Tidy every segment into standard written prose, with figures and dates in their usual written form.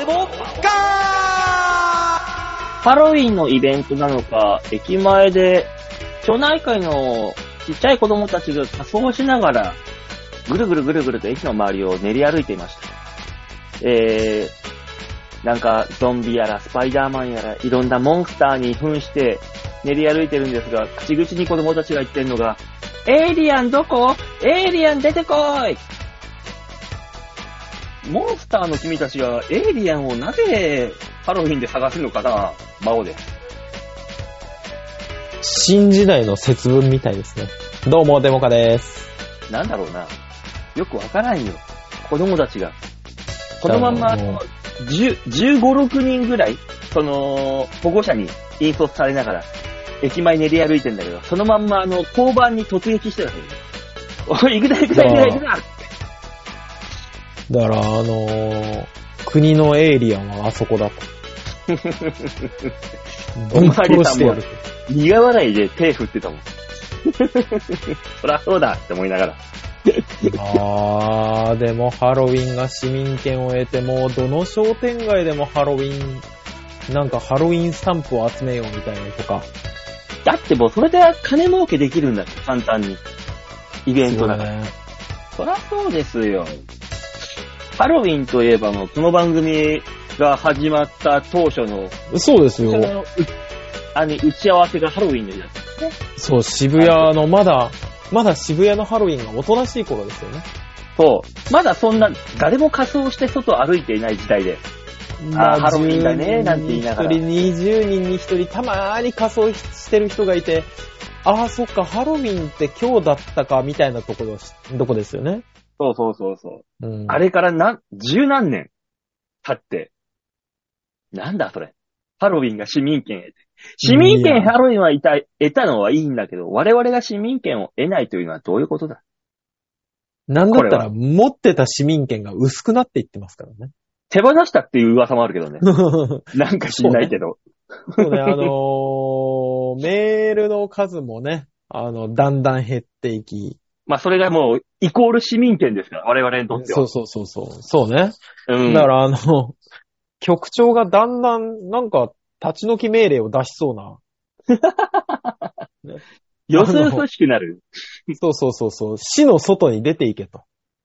でもガハロウィンのイベントなのか、駅前で町内会のちっちゃい子供たちが仮装しながら、ぐるぐるぐるぐると駅の周りを練り歩いていました。なんかゾンビやらスパイダーマンやらいろんなモンスターに扮して練り歩いてるんですが、口々に子供たちが言ってるのが、エイリアンどこ？エイリアン出てこい！モンスターの君たちがエイリアンをなぜハロウィンで探すのかな？魔王です。 新時代の節分みたいですね。どうも、デモカです。 なんだろうな。よくわからんよ。子供たちが。このまんま、15、6人ぐらい、保護者に引率されながら、駅前練り歩いてんだけど、そのまんま、交番に突撃してたんですよ。おい、行くな行くな行くな行くな！ だから国のエイリアンはあそこだと。 おまわりさんも苦笑いで手振ってたもん。そりゃそうだって思いながら。 でもハロウィンが市民権を得て、もうどの商店街でもハロウィン、なんかハロウィンスタンプを集めようみたいなとか。 だってもうそれで金儲けできるんだよ、簡単に。イベントだから。ね、そりゃそうですよ。ハロウィンといえばこの番組が始まった当初の。 そうですよ。 打ち合わせがハロウィンの日だったね。 そう、渋谷のまだ渋谷のハロウィンがおとなしい頃ですよね。 そう。まだそんな、誰も仮装して外歩いていない時代で。ハロウィンだね、なんて言いながら。 1人、20人に1人、たまーに仮装してる人がいて、そっか、ハロウィンって今日だったか、みたいなとこですよね。 そう。あれから十何年経って、なんだそれ。ハロウィンが市民権得て。市民権ハロウィンは得たのはいいんだけど、我々が市民権を得ないというのはどういうことだ？ なんだったら持ってた市民権が薄くなっていってますからね。 手放したっていう噂もあるけどね。なんか知んないけど。 そうね、メールの数もね、だんだん減っていき。 まあ、それがもう、イコール市民権ですから、我々にとっては。 そうね。だから局長がだんだん、なんか、立ち退き命令を出しそうな。 ね、よそよそしくなる。 そう。市の外に出ていけと。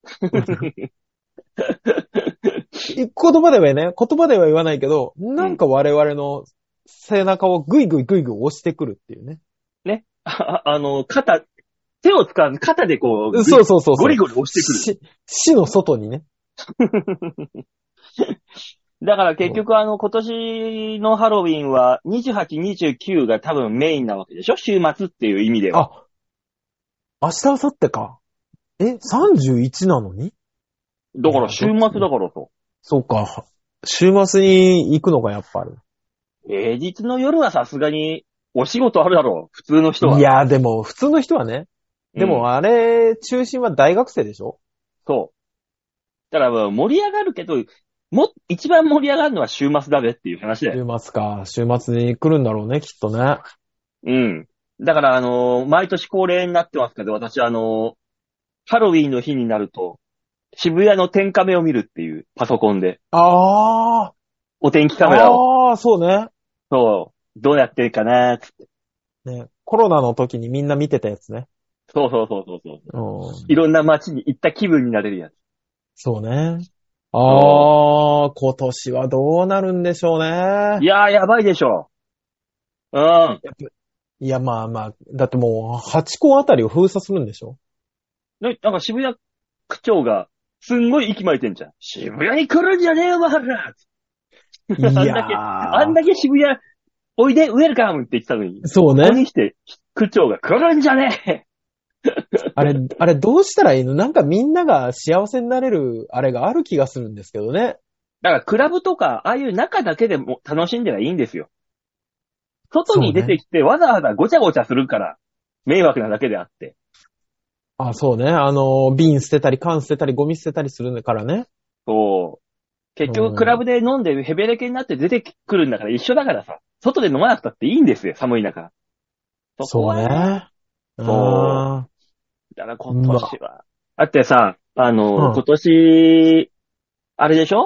言葉では言わないけど、なんか我々の背中をぐいぐい押してくるっていうね。 ね。手を使わず肩でこう、 そう。 ゴリゴリ押してくる。 市の外にね。 だから結局今年のハロウィンは28、29が多分メインなわけでしょ？週末っていう意味では。 明日、明後日か。31なのに？ だから週末だからと。 そうか。週末に行くのがやっぱり。 平日の夜はさすがにお仕事あるだろう。普通の人は。 いや、でも普通の人はね。でもあれ、中心は大学生でしょ？ そう。だから盛り上がるけど、一番盛り上がるのは週末だべっていう話だよ。 週末か。週末に来るんだろうね、きっとね。 うん。だから毎年恒例になってますけど、私ハロウィンの日になると、渋谷の天カメを見るっていう、パソコンで。お天気カメラを。 そうね。 そう。どうやってるかなーって。 ね。コロナの時にみんな見てたやつね。 そう。いろんな街に行った気分になれるやつ。 そうね。今年はどうなるんでしょうね。 いやー、やばいでしょ。うん。 いや、まあ、だってもう、8校あたりを封鎖するんでしょ？ なんか渋谷区長が、すんごい息巻いてんじゃん。渋谷に来るんじゃねえよ、バカ！あんだけ渋谷、おいで、ウェルカムって言ってたのに。 そうね。 ここに来て、区長が来るんじゃねえ！ あれどうしたらいいの？なんかみんなが幸せになれる、あれがある気がするんですけどね。 だからクラブとか、ああいう中だけでも楽しんではいいんですよ。外に出てきて、わざわざごちゃごちゃするから、迷惑なだけであって。 そうね。瓶捨てたり、缶捨てたり、ゴミ捨てたりするからね。 そう。結局クラブで飲んでヘベレケになって出てくるんだから一緒だからさ。外で飲まなくたっていいんですよ、寒い中。 そうね。 そう。だから今年は。だってさ、今年、あれでしょ？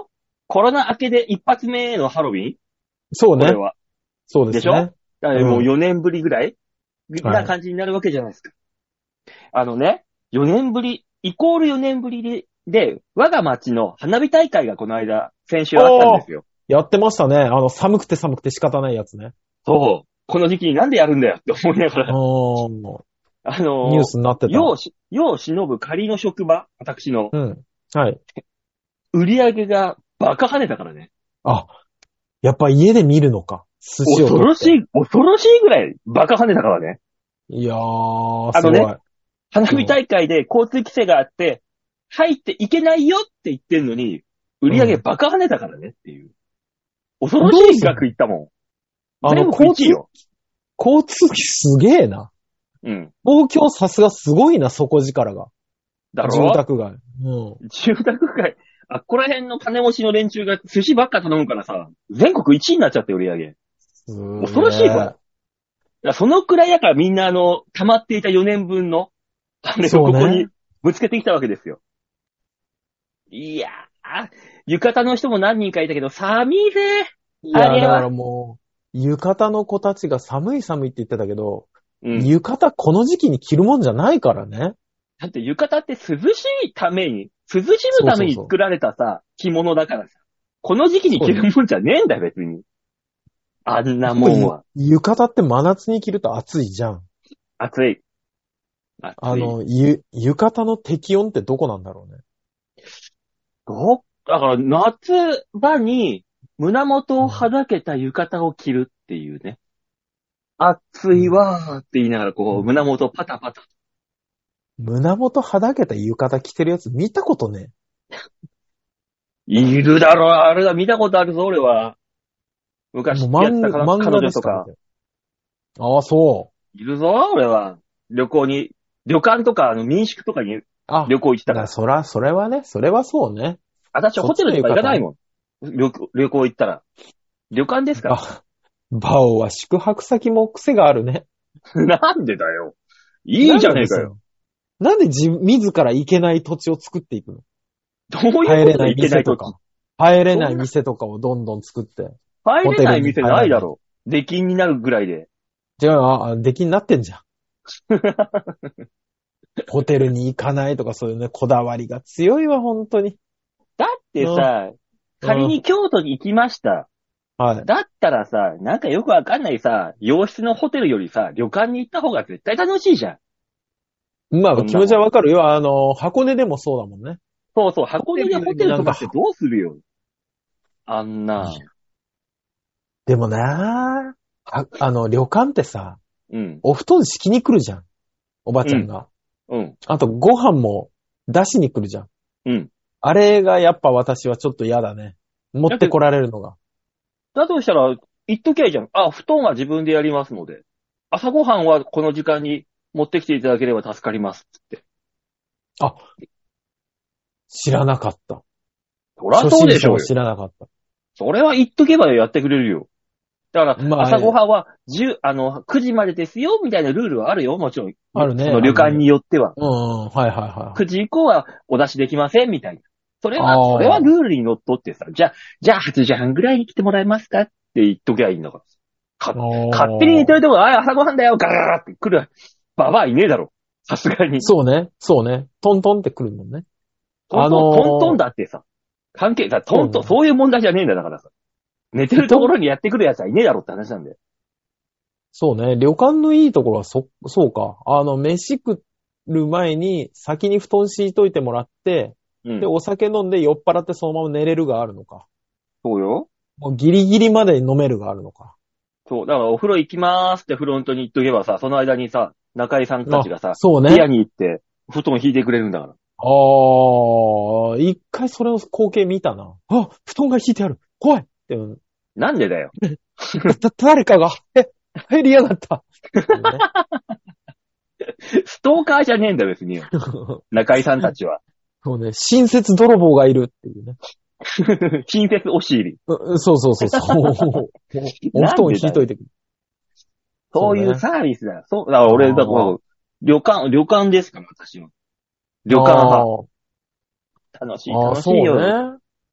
コロナ明けで一発目のハロウィンそうねこれ。は。 そうですね。 でしょだからもううん 4年ぶりぐらいな感じになるわけじゃないですか。4年ぶり、イコール4年ぶりで、我が町の花火大会がこの間、先週あったんですよ。 やってましたね。寒くて仕方ないやつね。 そう。この時期になんでやるんだよって思いながら。 ニュースになってた。 世を忍ぶ仮の職場、私の、 うん。はい。 売り上げがバカ跳ねたからね。 あ、やっぱ家で見るのか。寿司を取って。 恐ろしいぐらいバカ跳ねたからね。 いやー、すごい。 花火大会で交通規制があって、入っていけないよって言ってんのに、売り上げバカ跳ねたからねっていう。恐ろしい額いったもん。全部1位よ。 交通費すげえな。 うん。 東京さすがすごいな、底力が。 だろ住宅街。 住宅街。あっこら辺の金持ちの連中が寿司ばっか頼むからさ、全国1位になっちゃって売り上げ。恐ろしいわ。そのくらいだからみんな溜まっていた4年分の、あれをここにぶつけてきたわけですよ。いやー、浴衣の人も何人かいたけど、寒いぜ。 いや、だからもう、浴衣の子たちが寒いって言ってたけど、浴衣この時期に着るもんじゃないからね。 だって浴衣って涼しいために、涼しむために作られたさ、着物だからさ。この時期に着るもんじゃねえんだよ、別に。あんなもんは。 浴衣って真夏に着ると暑いじゃん。 暑い。 浴衣の適温ってどこなんだろうね。 だから夏場に胸元をはだけた浴衣を着るっていうね。暑いわーって言いながら胸元をパタパタ。 胸元はだけた浴衣着てるやつ見たことね。 いるだろう、あれだ、見たことあるぞ、俺は。昔やった彼女とか。 ああ、そう。 いるぞ、俺は。旅館とか民宿とかに旅行行ったから。 それはね、それはそうね。 私ホテルとか行かないもん。旅行行ったら。旅館ですかバオは宿泊先も癖があるね。 なんでだよ。いいじゃねえかよ。 なんで自ら行けない土地を作っていくの？ どういうこと行けない土地？ 入れない店とかをどんどん作って。 入れない店ないだろ。出禁になるぐらいで。 じゃあ、出禁になってんじゃん。ホテルに行かないとかそういうね、こだわりが強いわ、本当に。 だってさ、仮に京都に行きました。 はい。 だったらさ、なんかよくわかんないさ、洋室のホテルよりさ、旅館に行った方が絶対楽しいじゃん。 まあ、気持ちはわかるよ。箱根でもそうだもんね。 そうそう、箱根でホテルとかってどうするよ。あんな。 でもな旅館ってさ、 お布団敷きに来るじゃん。おばちゃんが。あと、ご飯も出しに来るじゃん。あれがやっぱ私はちょっと嫌だね。持ってこられるのが。 だとしたら、言っときゃいいじゃん。布団は自分でやりますので。朝ごはんはこの時間に持ってきていただければ助かりますって。 知らなかった。 そらそうでしょうよ。 知らなかった。 それは言っとけばやってくれるよ。だから、朝ごはんは9時までですよ、みたいなルールはあるよ、もちろん。 あるね。 その旅館によっては。 はい。 9時以降はお出しできません、みたいな。それはルールにのっとってさ、じゃあ8時半ぐらいに来てもらえますかって言っときゃいいんだから。勝手に寝てるとこ、朝ごはんだよ、ガラガラって来る。ババアいねえだろ。さすがに。 そうね。トントンって来るもんね。 トントンだってさ。トントン、そういう問題じゃねえんだだからさ。寝てるところにやってくるやつはいねえだろって話なんで。 そうね。旅館のいいところはそうか。飯食る前に先に布団敷いといてもらって、で、お酒飲んで酔っ払ってそのまま寝れるがあるのか。 そうよ。 もうギリギリまで飲めるがあるのか。 そう。だからお風呂行きまーすってフロントに言っとけばさ、その間にさ、中井さんたちがさ、 そうね。 部屋に行って、布団引いてくれるんだから。 一回それの光景見たな。布団が引いてある。怖いって。 なんでだよ。 誰かが、入りやがった。 ストーカーじゃねえんだ別に。中井さんたちは。 そうね、親切泥棒がいるっていうね。 親切押し入り。 そう。お布団引いといてくる。 そういうサービスだ。だから俺、旅館ですから、私は。旅館派。楽しいよ。 そうね。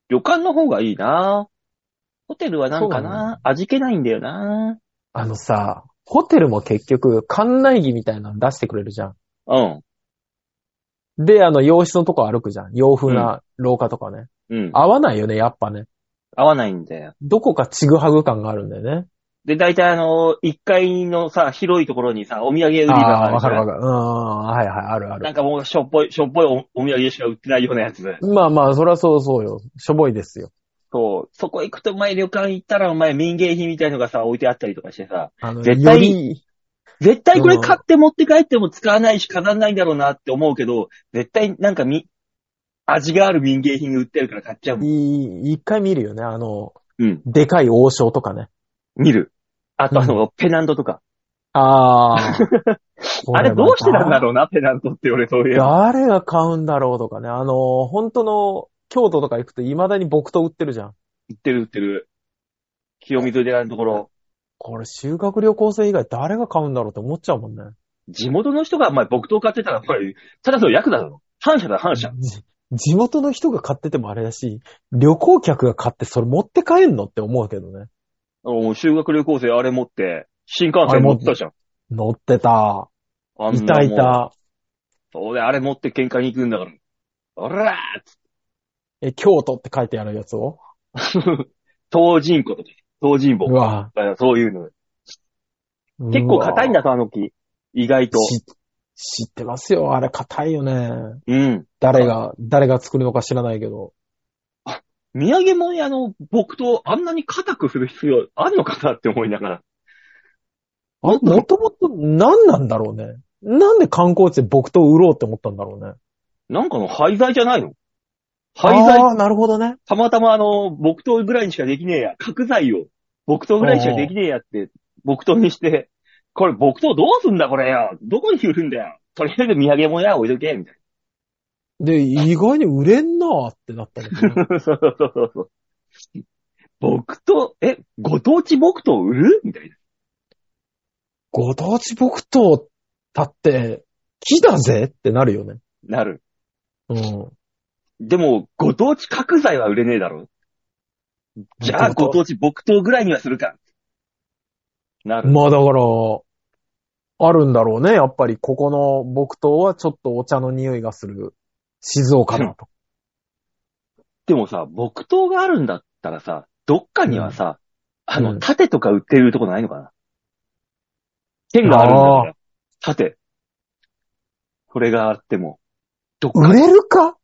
旅館の方がいいな。ホテルはなんかな、味気ないんだよな。 さ、ホテルも結局、館内着みたいなの出してくれるじゃん。 うん。 で、洋室のとこ歩くじゃん。洋風な廊下とかね。 うん。 合わないよね、やっぱね。 合わないんだよ。 どこかちぐはぐ感があるんだよね。 で、大体1階のさ、広いところにさ、お土産売り場があるじゃん。 わかるわかる。はいはい、あるある。 なんかもうしょっぽいお土産しか売ってないようなやつ。 まあまあ、そりゃそうよ。しょぼいですよ。 そう。そこ行くと旅館行ったら民芸品みたいのがさ、置いてあったりとかしてさ、絶対これ買って持って帰っても使わないし飾らないんだろうなって思うけど、絶対なんか味がある民芸品売ってるから買っちゃうもん。 一回見るよね、 うん。 でかい王将とかね。 見る。あとペナントとか。 あれどうしてなんだろうな、ペナントって俺そういう。 誰が買うんだろうとかね。本当の京都とか行くと未だに木刀売ってるじゃん。 売ってる。清水寺のところ。 これ修学旅行生以外誰が買うんだろうって思っちゃうもんね。 地元の人が木刀買ってたら、これ、ただの役だろ。反社。 地元の人が買っててもあれだし、旅行客が買ってそれ持って帰んのって思うけどね。 修学旅行生あれ持って、新幹線乗ってたじゃん。 乗ってた。いた。 そうで、あれ持って喧嘩に行くんだから。おらー京都って書いてあるやつを東尋湖とか、東尋坊。 うわ。 そういうの。結構硬いんだと、木。意外と。 知ってますよ。あれ硬いよね。 うん。 誰が作るのか知らないけど。 土産物屋の木刀あんなに硬くする必要あるのかなって思いながら。 もともと何なんだろうね。なんで観光地で木刀売ろうって思ったんだろうね。 なんかの廃材じゃないの？廃材。 ああ、なるほどね。 たまたま木刀ぐらいにしかできねえや。角材を木刀ぐらいしかできねえやって、木刀にして、これ木刀どうすんだこれよ。どこに売るんだよ。とりあえず土産物屋置いとけ、みたいな。 で、意外に売れんなーってなったのね。 そう。木刀、ご当地木刀売るみたいな。 ご当地木刀だって、木だぜってなるよね。 なる。 うん。 でも、ご当地角材は売れねえだろ。じゃあ、ご当地木刀ぐらいにはするか。なる。 まあだから、あるんだろうね。やっぱり、ここの木刀はちょっとお茶の匂いがする。静岡だと。 でもさ、木刀があるんだったらさ、どっかにはさ、盾とか売ってるとこないのかな？剣があるんだから、盾。これがあっても。 売れるか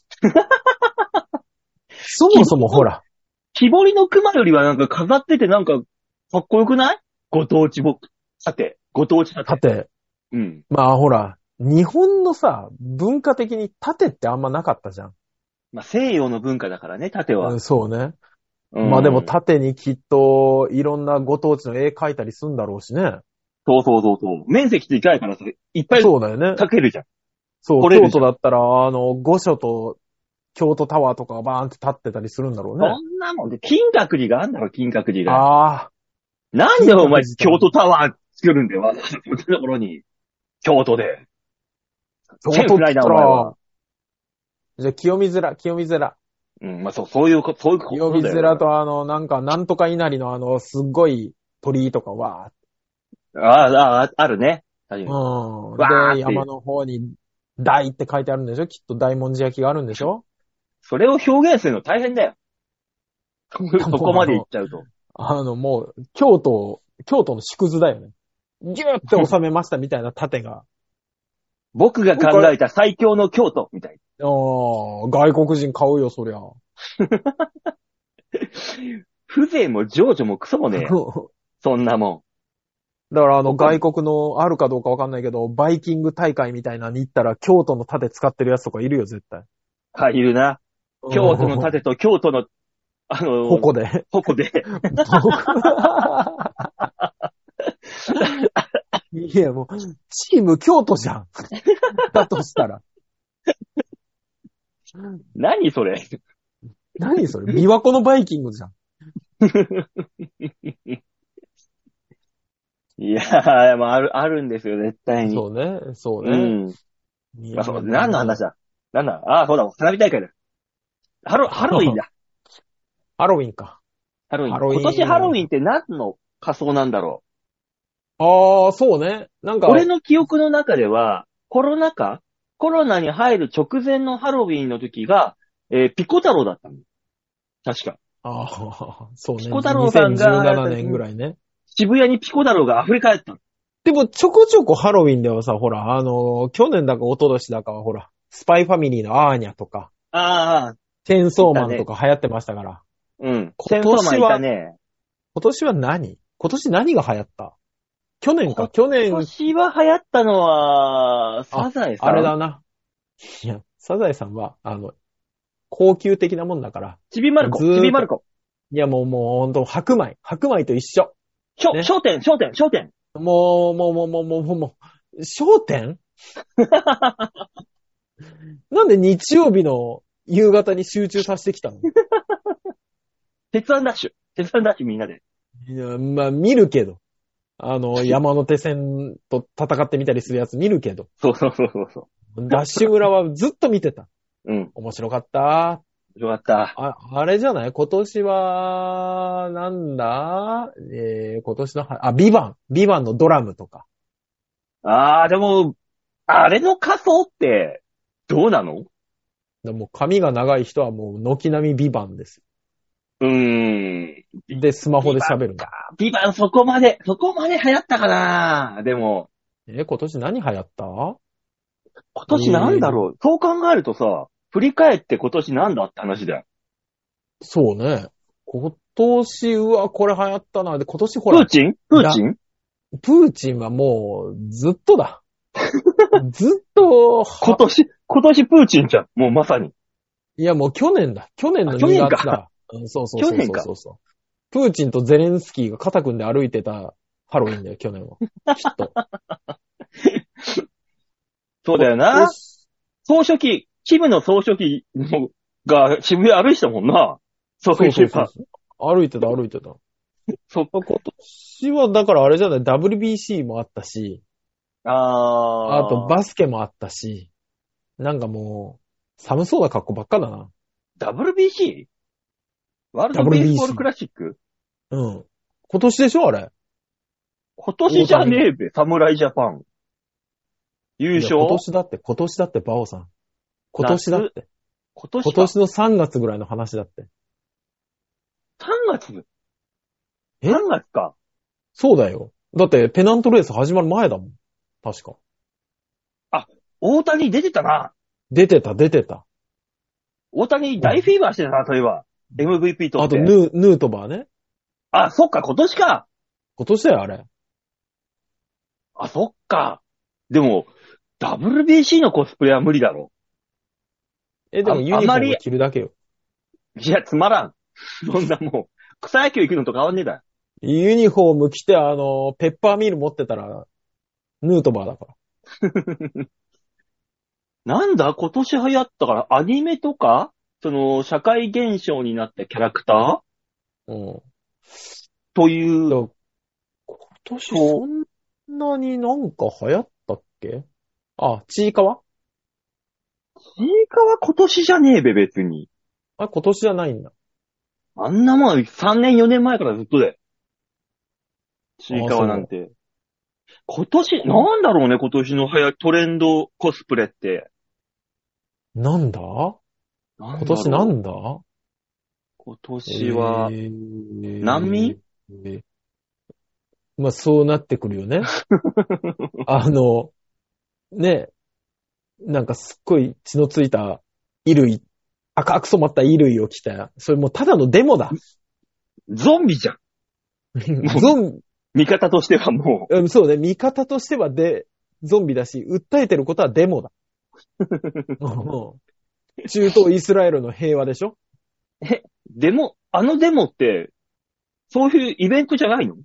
そもそもほら。 木彫りの熊よりはなんか飾っててなんか、かっこよくない？ご当地盾。ご当地盾。 盾。 うん。 まあほら、日本のさ、文化的に盾ってあんまなかったじゃん。 まあ西洋の文化だからね、盾は。 そうね。まあでも盾にきっといろんなご当地の絵描いたりするんだろうしね。 そう。面積でかいからさ、いっぱいそうだよね。 描けるじゃん。 そう、京都だったら、御所と京都タワーとかがバーンって立ってたりするんだろうね。 そんなもんで、金閣寺があんだろ、金閣寺が。 ああ。 なんでお前、京都タワー作るんだよ、わざわざこんなところに。京都で。 京都って言ったら、じゃあ、清水寺。 うん、まあそういうことだよ。 清水寺となんとか稲荷のすっごい鳥居とかは、 あるね。 うん。で、山の方に大って書いてあるんでしょ？きっと大文字焼きがあるんでしょ？ それを表現するの大変だよ。そこまで行っちゃうと。 もう、京都の縮図だよね。ギューって収めましたみたいな盾が。 僕が考えた最強の京都みたいな。外国人買うよ、そりゃ。 風情も情緒もクソもねえ。そんなもん。だから外国のあるかどうかわかんないけど、バイキング大会みたいなのに行ったら京都の盾使ってるやつとかいるよ、絶対。 はい、いるな。京都の盾と京都の、 矛で。いや、もう、チーム京都じゃん。だとしたら。 何それ琵琶湖のバイキングじゃん。 いやー、まあ、あるんですよ、絶対に。 そうね。 うん。まあ、何の話だそうだ、花火大会だ。ハロウィンだ。 ハロウィンか。 ハロウィン。 ハロウィン今年ハロウィンって何の仮装なんだろああ、そうね。なんう。 か、 俺の記憶の中では、コロナに入る直前のハロウィンの時が、ピコ太郎だったの。確か。 ああ、そうね。 ピコ太郎さんが、 2017年ぐらいね。 渋谷にピコ太郎が溢れ返ったの。 でも、ちょこちょこハロウィンではさ、ほら、去年だか一昨年だかはほら、スパイファミリーのアーニャとか、 ああ、 チェーンソーマンとか流行ってましたから。 うん。 今年はチェーンソーマンいたね。 今年は今年何が流行った去年か、去年。 今年は流行ったのは、サザエさん。 あれだな。いや、サザエさんは、高級的なもんだから。 ちびまる子。ちびまる子。 いや、もうほんと、白米と一緒。 ね、商店。 もう、商店なんで日曜日の夕方に集中させてきたの鉄腕ダッシュみんなで。 いや、まあ、見るけど。山手線と戦ってみたりするやつ見るけど。 そう。 ダッシュ村はずっと見てた。 うん。 面白かった。 よかった。 あれじゃない今年は、なんだ今年の、ビバンのドラムとか。 でも、あれの仮装って、どうなの？ でも髪が長い人はもう軒並みビバンです。で、スマホで喋るの。 ビバンそこまで流行ったかな？でも。 今年何流行った？ 今年なんだろう、そう考えるとさ、振り返って今年なんだって話だよ。 そうね。今年、これ流行ったな。で、今年ほら。 プーチンはもう、ずっとだ。ずっと。 今年プーチンじゃん。もうまさに。 いや、もう去年だ。去年の2月だ。そう。 去年か。 プーチンとゼレンスキーが肩組んで歩いてたハロウィンだよ、去年は。きっと。 そうだよな。キムの総書記が渋谷歩いてたもんな。そう。歩いてた。そっか、今年はだからあれじゃない、WBC もあったし、あとバスケもあったし、なんかもう、寒そうな格好ばっかだな。 WBC？ ワールドベースボールクラシック？ うん。今年でしょあれ。 今年じゃねえべ、侍ジャパン。優勝？ 今年だって、バオさん。今年だって。今年の3月ぐらいの話だって。 3月？ 3 月か。 そうだよ。だって、ペナントレース始まる前だもん。確か。 大谷出てたな。 出てた。 大谷大フィーバーしてたな、そういえば。MVP とって。 あと、ヌートバーね。 そっか、今年か。 今年だよ、あれ。 そっか。でも、WBC のコスプレは無理だろ。 でもユニフォーム着るだけよ。 いや、つまらん。そんなもう、草野球行くのと変わんねえだよ。 ユニフォーム着て、ペッパーミル持ってたら、ヌートバーだから。 なんだ今年流行ったから、アニメとか社会現象になったキャラクターという。 今年そんなになんか流行ったっけ？ちいかわ今年じゃねえべ、別に。 今年じゃないんだ。 あんなもん3年4年前からずっとで。ちいかわなんて。今年、なんだろうね、今年のトレンドコスプレって。 なんだ？今年なんだ？ 今年は、難民？ まあ、そうなってくるよね。ね、なんかすっごい血のついた衣類、赤く染まった衣類を着た、それもうただのデモだ。 ゾンビじゃん。味方としてはもう。そうね、味方としてはゾンビだし、訴えてることはデモだ。中東イスラエルの平和でしょ？ デモって、そういうイベントじゃないの？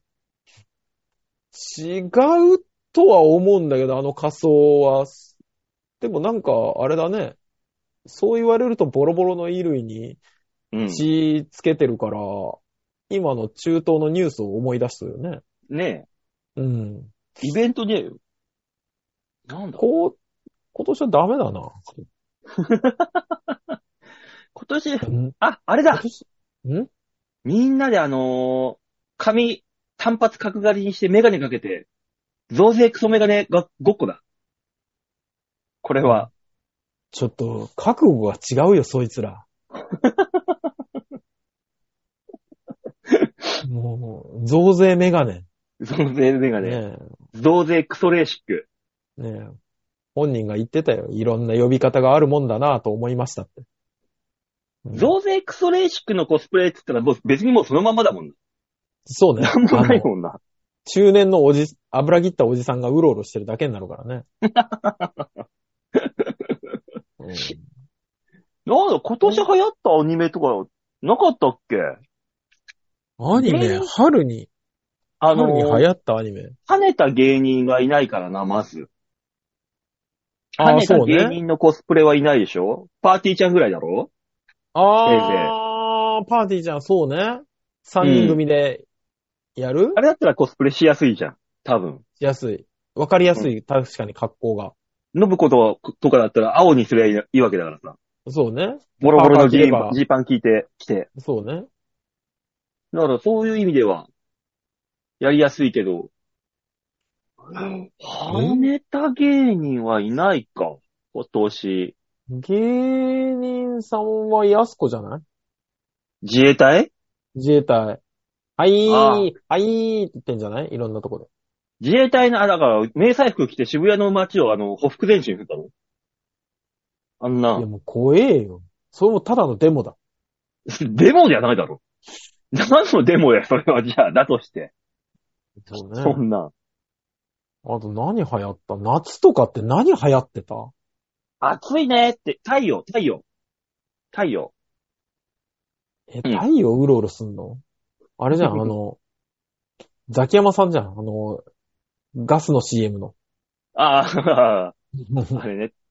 違うとは思うんだけど、仮装は。でもなんか、あれだね。そう言われるとボロボロの衣類に血つけてるから、今の中東のニュースを思い出すよね。 ねえ。うん。 イベントねえよ。なんだ今年はダメだな。 今年、あれだ。 みんなで髪、単発角刈りにしてメガネかけて、増税クソメガネが5個だ。これは。 ちょっと、覚悟が違うよ、そいつら。もう、増税メガネ。 増税メガネ。 ね増税クソレーシック。 え。ねえ。本人が言ってたよ。いろんな呼び方があるもんだなぁと思いましたって。 増税クソレーシックのコスプレって言ったらもう別にもうそのまんまだもんな。 そうね。 なんもないもんな。 中年の油切ったおじさんがうろうろしてるだけになるからね。 なんだ、今年流行ったアニメとかなかったっけ？ アニメ、春に流行ったアニメ。 跳ねた芸人がいないからな、まず。跳ねたそうね。 芸人のコスプレはいないでしょ？パーティーちゃんぐらいだろ？ パーティーちゃん、そうね。3人組でやる？ あれだったらコスプレしやすいじゃん。多分。 しやすい。わかりやすい、確かに格好が。 信子とかだったら青にすりゃいいわけだからさ。 そうね。 ボロボロのジーパン着て。 そうね。 だからそういう意味では、やりやすいけど、跳ねた芸人はいないか、今年。 芸人さんは安子じゃない？ 自衛隊自衛隊。はいって言ってんじゃない？いろんなとこで。 自衛隊の、だから、迷彩服着て渋谷の街を歩幅前進するだろ？あんな。 いやもう怖えよ。それもただのデモだ。 デモじゃないだろ。何のデモや、それは、じゃあ、だとして。 そうね。 そんな。 あと何流行った？夏とかって何流行ってた？ 暑いねって、太陽。 太陽うろうろすんの？あれじゃん、ザキヤマさんじゃん。ガスの CM の。 ああ、あれね。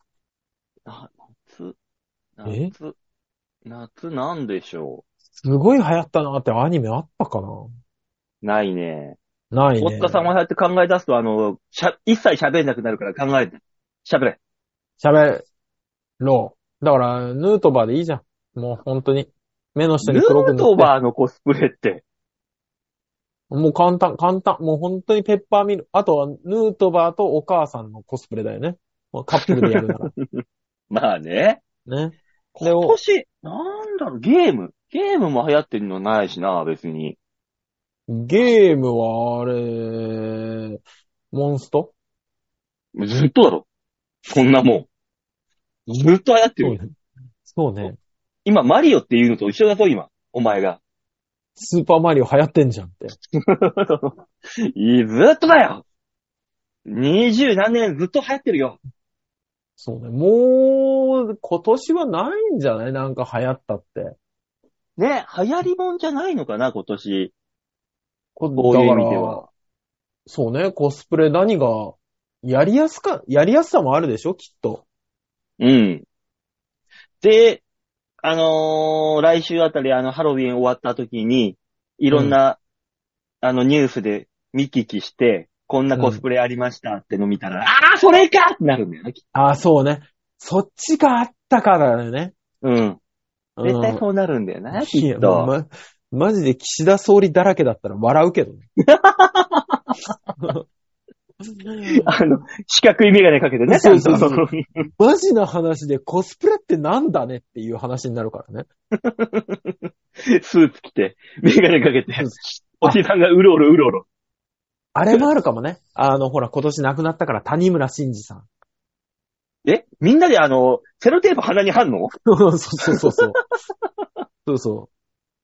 夏なんでしょすごい流行ったなってアニメあったかな？ ないね。 ないね。 大塚さんはやって考え出すと、一切喋んなくなるから考えて。喋れ。 喋ろう。だから、ヌートバーでいいじゃん。もう本当に。目の下に黒く塗って。 ヌートバーのコスプレって。 もう簡単。もう本当にペッパーミル。あとは、ヌートバーとお母さんのコスプレだよね。カップルでやるなら。 まあね。 ね。 今年、なんだろう、ゲームも流行ってるのないしな、別に。 ゲームは、あれ、モンスト？ ずっとだろ。こんなもん。ずっと流行ってる。 そうね。 今、マリオっていうのと一緒だぞ、今。お前が。 スーパーマリオ流行ってんじゃんって。 ずっとだよ。20何年ずっと流行ってるよ。 そうね。もう、今年はないんじゃない？なんか流行ったって。 ね、流行りもんじゃないのかな、今年。 こういう意味では。そうね、コスプレ何が、やりやすさもあるでしょ、きっと。 うん。で、来週あたりハロウィン終わった時に、いろんな、ニュースで見聞きして、こんなコスプレありましたっての見たら、ああ、それかってなるんだよね。 ああ、そうね。そっちがあったからだよね。 うん。絶対そうなるんだよな、きっと。 マジで岸田総理だらけだったら笑うけどね。 四角いメガネかけてね。 そう。マジな話でコスプレってなんだねっていう話になるからね。 スーツ着て、メガネかけて、おじさんがうろうろ。 あれもあるかもね。ほら、今年亡くなったから谷村新司さん。 みんなでセロテープ鼻に貼んの？ そう。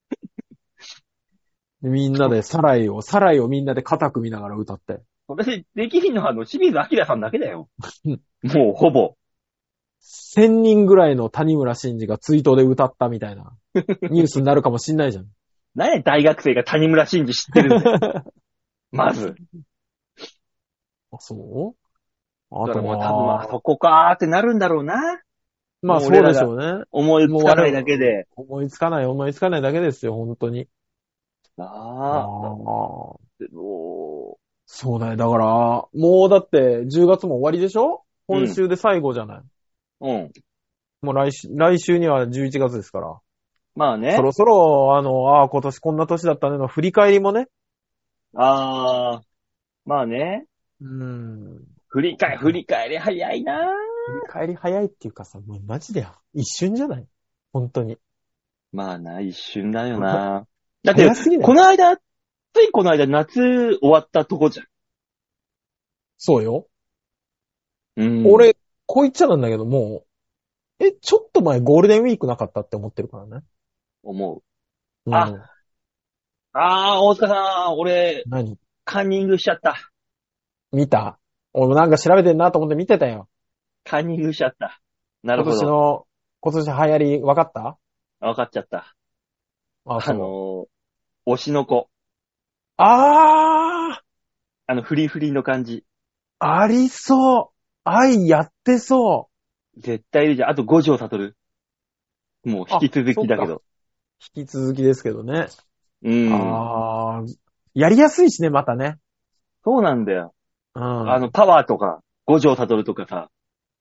みんなでサライをみんなで肩組みながら歌って。 それできひんのは清水明さんだけだよ。もうほぼ。 1000人ぐらいの谷村新司がツイートで歌ったみたいなニュースになるかもしんないじゃん。 何大学生が谷村新司知ってるんだよ。まず。 あ、そう？ あとは多分あそこかーってなるんだろうな。 まあそうでしょうね。 思いつかないだけで。 思いつかないだけですよ、本当に。そうね。だから、もうだって10月も終わりでしょ？今週で最後じゃない。 うん。 もう来週には11月ですから。 まあね。 そろそろ、今年こんな年だったねの振り返りもね。 まあね。振り返り早いな。 振り返り早いっていうかさ、もうマジで一瞬じゃない本当に。 まあな、一瞬だよな。だって、ついこの間夏終わったとこじゃん。 そうよ。俺、こう言っちゃなんだけども、ちょっと前ゴールデンウィークなかったって思ってるからね。 思う。 大塚さん、俺、カンニングしちゃった。 見た？俺もなんか調べてんなと思って見てたよ。 カンニングしちゃった。なるほど。 今年流行り、分かった？ 分かっちゃった。推しの子。フリフリの感じ。 ありそう。愛やってそう。 絶対いるじゃん。あと五条悟。もう引き続きだけど。 引き続きですけどね。やりやすいしね、またね。 そうなんだよ。パワーとか、五条悟とかさ。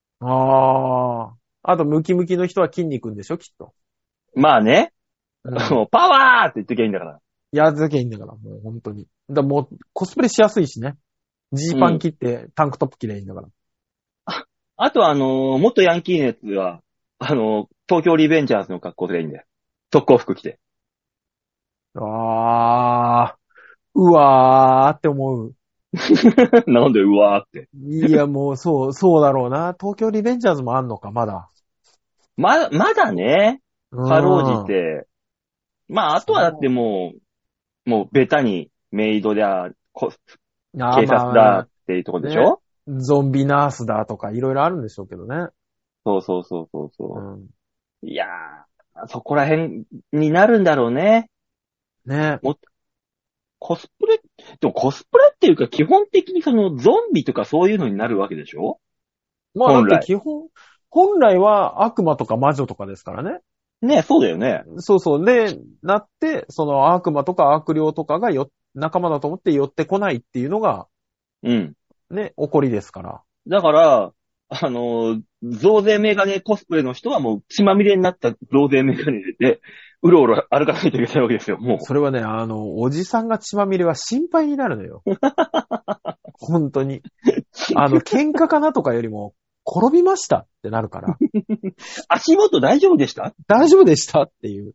あと、ムキムキの人は筋肉んでしょ、きっと。 まあね。もうパワーって言ってきゃいいんだから。 やっときゃいいんだから、もう本当に。もう、コスプレしやすいしね。ジーパン切って、タンクトップ着ればいいんだから。 あと元ヤンキーのやつは、東京リベンジャーズの格好でいいんだよ。特攻服着て。 うわーって思う。 なんでうわーって。 いや、もうそうだろうな。東京リベンジャーズもあんのか、まだ。 まだね。かろうじて。まあ、あとはだってもうベタにメイドだ、警察だっていうとこでしょ、 ゾンビナースだとかいろいろあるんでしょうけどね。 そう。いやー、そこら辺になるんだろうね。 ね。 コスプレっていうか基本的にそのゾンビとかそういうのになるわけでしょ？ まあだって本来は悪魔とか魔女とかですからね。 ね、そうだよね。 そう。で、なって、その悪魔とか悪霊とかが仲間だと思って寄ってこないっていうのが、ね、起こりですから。 だから、増税メガネコスプレの人はもう血まみれになった増税メガネで、うろうろ歩かないといけないわけですよ、もう。 それはね、おじさんが血まみれは心配になるのよ。本当に。喧嘩かなとかよりも、転びましたってなるから。 足元大丈夫でした？ 大丈夫でしたっていう。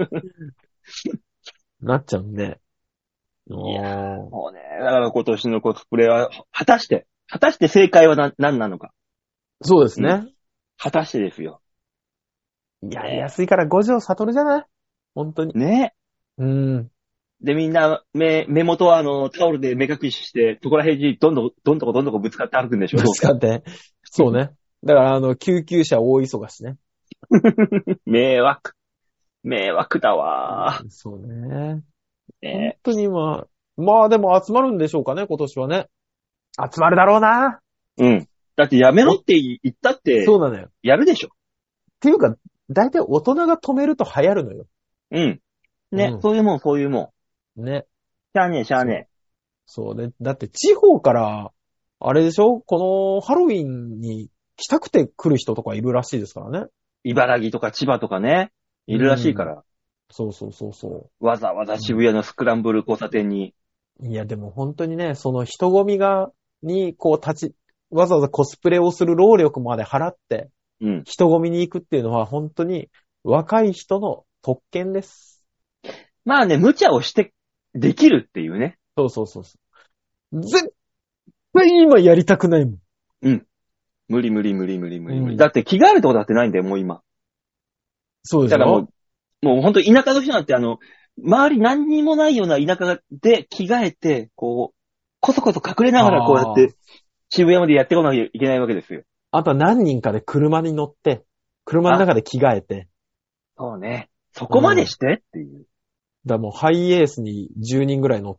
なっちゃうんで。 いやもうね、だから今年のコスプレは、果たして正解は何なのか。 そうですね。 果たしてですよ。 やりやすいから五条悟じゃない？本当に。 ね。で、みんな、目元はタオルで目隠しして、そこら辺にどんどこぶつかって歩くんでしょ？ ぶつかって。そうね。だから救急車大忙しね。 迷惑だわー。 そうね。本当にまあでも集まるんでしょうかね、今年はね。集まるだろうな。 だってやめろって言ったって、 そうなのよ。 やるでしょ。 っていうか、だいたい大人が止めると流行るのよ。 ね、そういうもん。 ね。 しゃあねえ。 そうね。だって地方から、あれでしょ？このハロウィンに来たくて来る人とかいるらしいですからね。 茨城とか千葉とかね、いるらしいから。 そう。 わざわざ渋谷のスクランブル交差点に。 いや、でも本当にね、その人混みにわざわざコスプレをする労力まで払って、人混みに行くっていうのは本当に若い人の特権です。 まあね、無茶をできるっていうね。 そう。絶対今やりたくないもん。 無理。だって着替えるとこだってないんだよ、もう今。 そうですよ。 だからもう本当田舎の人なんて周り何にもないような田舎で着替えて、こそ隠れながらこうやって渋谷までやってこなきゃいけないわけですよ。 あとは何人かで車に乗って、車の中で着替えて。 そうね。そこまでしてっていう。 だからもうハイエースに10人ぐらい乗って。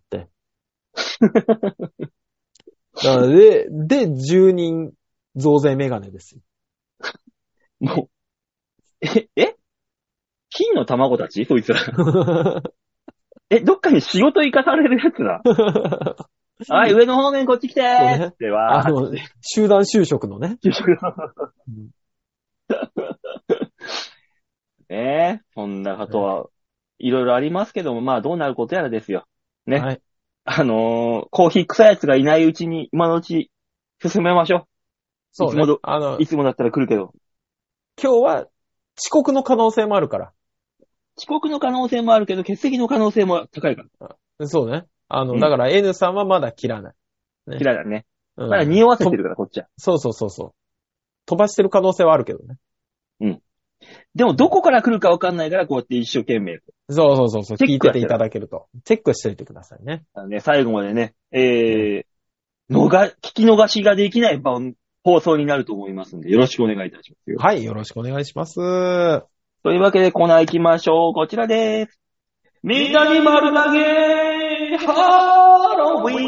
だからで、10人増税メガネですよ。 もう、金の卵たちそいつら。どっかに仕事行かされるやつだ。はい、上の方面こっち来てーっては、 集団就職のね。 ね。そんなことは、いろいろありますけども、まあどうなることやらですよ。ね。 はい。 コーヒー臭いやつがいないうちに、今のうち、進めましょう。 そうね。 いつもだったら来るけど。 今日は遅刻の可能性もあるから。 遅刻の可能性もあるけど、欠席の可能性も高いかそうね。 うんだから N さんはまだ切らない。 ら。 ね。 嫌いだね。 うん。 まだ匂わせてるから、こっちは。 そうそうそうそう。飛ばしてる可能性はあるけどね。 でも、どこから来るかわかんないから、こうやって一生懸命。 そうそうそうそう。 チェックは聞いてていただけると。チェックしておいてくださいね。 最後までね、聞き逃しができない放送になると思いますんで、よろしくお願いいたしますよ。 はい。よろしくお願いします。 というわけで、コーナー行きましょう。こちらです。みんなに丸投げハロウィ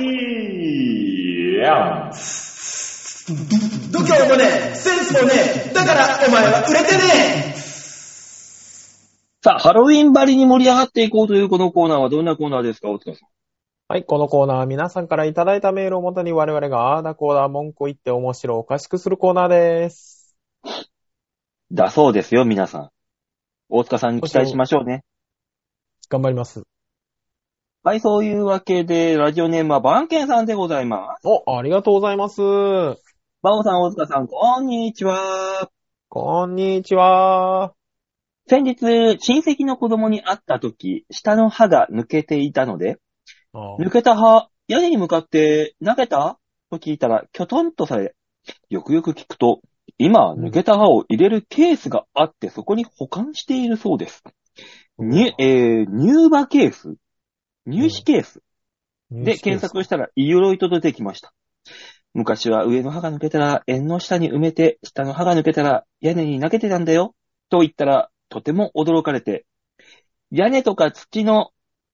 ーン度胸もねえ、センスもねえ、だからお前は売れてねえ。 さあ、ハロウィンばりに盛り上がっていこうというこのコーナーはどんなコーナーですか、大塚さん。 はい。このコーナーは皆さんからいただいたメールをもとに我々があーだこーだ文句を言って面白おかしくするコーナーです。 だそうですよ、皆さん。大塚さんに期待しましょうね。 頑張ります。 はい、そういうわけで、ラジオネームはバンケンさんでございます。 ありがとうございます。 バオさん、大塚さん、こんにちは。 こんにちは。 先日、親戚の子供に会った時、下の歯が抜けていたので、抜けた歯、屋根に向かって投げたと聞いたら、きょとんとされ、よくよく聞くと、今、抜けた歯を入れるケースがあって、そこに保管しているそうです。入歯ケース入歯ケースで検索したら、いろいろと出てきました。昔は上の歯が抜けたら縁の下に埋めて、下の歯が抜けたら屋根に投げてたんだよ。と言ったら、とても驚かれて、屋根とか下の、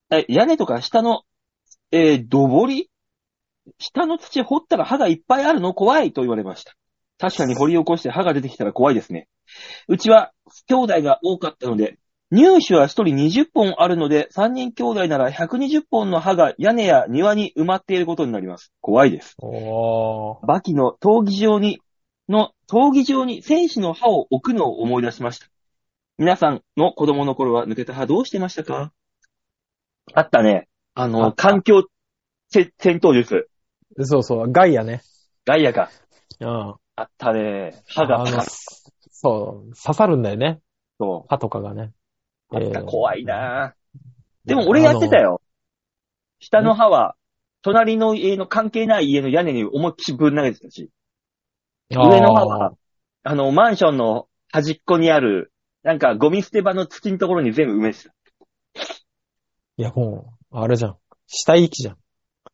どぼり下の土掘ったら歯がいっぱいあるの怖いと言われました。確かに掘り起こして歯が出てきたら怖いですね。うちは兄弟が多かったので、乳歯は1人20本あるので、3人兄弟なら120本の歯が屋根や庭に埋まっていることになります。怖いです。バキの闘技場に戦士の歯を置くのを思い出しました。皆さんの子供の頃は抜けた歯どうしてましたか？あったね。環境戦闘術。 そうそう、ガイアね。 ガイアか。 うん。 あったね。歯がそう、刺さるんだよね。 そう。 歯とかがね。 怖いなぁ。でも俺やってたよ。下の歯は、隣の家の関係ない家の屋根に思いっきりぶん投げてたし。上の歯は、マンションの端っこにある、なんかゴミ捨て場の土のところに全部埋めてた。 いや、もう、あれじゃん。死体遺棄じゃん。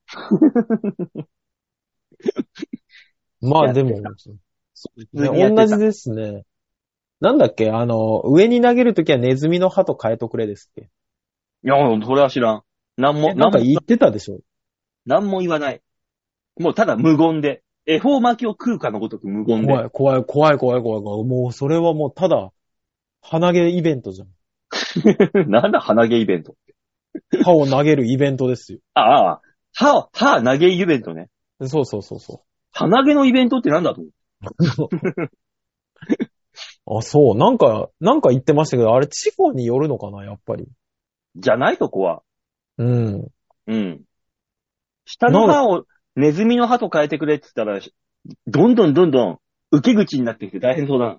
まあでも、ね、同じですね。なんだっけ上に投げるときはネズミの歯と変えとくれですっけ？ いや、それは知らん。 なんか言ってたでしょ？ なんも言わない。もうただ無言で。恵方巻きを食うかのごとく無言で。 怖い。もうそれはもうただ、鼻毛イベントじゃん。 なんだ鼻毛イベントって。 歯を投げるイベントですよ。 ああ、歯投げイベントね。 そう。 鼻毛のイベントってなんだと思うあ、そう。なんか言ってましたけど、あれ地方によるのかな、やっぱり。 じゃないとこは。 うん。 下の歯をネズミの歯と変えてくれって言ったら、どんどん受け口になってきて大変そうだな。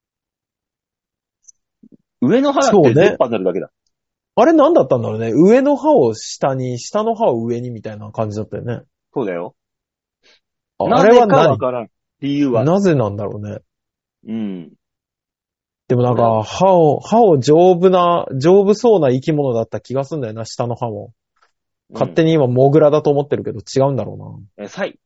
上の歯だって出っ歯になるだけだ。 あれ何だったんだろうね。上の歯を下に、下の歯を上にみたいな感じだったよね。 そうだよ。 あれはなぜかわからん。理由は。 なぜなんだろうね。 うん。 でもなんか、歯を丈夫そうな生き物だった気がするんだよな、下の歯も。勝手に今、モグラだと思ってるけど、違うんだろうな。 サイ。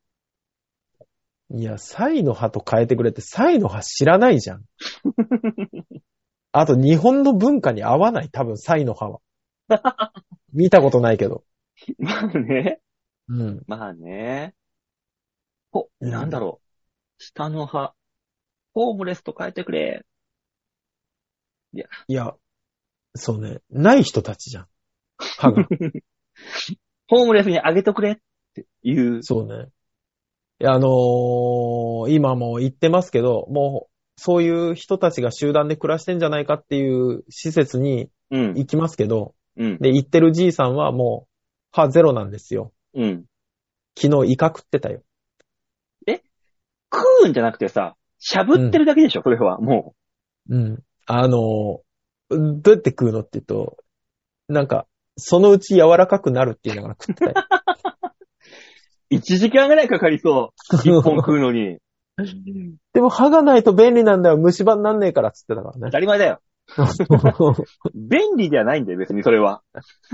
いや、サイの歯と変えてくれって、サイの歯知らないじゃん。あと、日本の文化に合わない、多分、サイの歯は。見たことないけど。 まあね。 うん。 まあね。なんだろう。下の歯。ホームレスと変えてくれ。 いや、そうね。ない人たちじゃん。歯が。 ホームレスにあげとくれっていう。 そうね。いや、今も言ってますけど、もそういう人たちが集団で暮らしてんじゃないかっていう施設に行きますけど、で、行ってるじいさんはもう、歯ゼロなんですよ。昨日イカ食ってたよ。 食うんじゃなくてさ、しゃぶってるだけでしょ、それは、もう。どうやって食うのって言うと、なんか、そのうち柔らかくなるって言いながら食ってたよ。 1時間ぐらいかかりそう。1本食うのに。 でも歯がないと便利なんだよ。虫歯になんねえからっつってたからね。 当たり前だよ。便利ではないんだよ、別にそれは。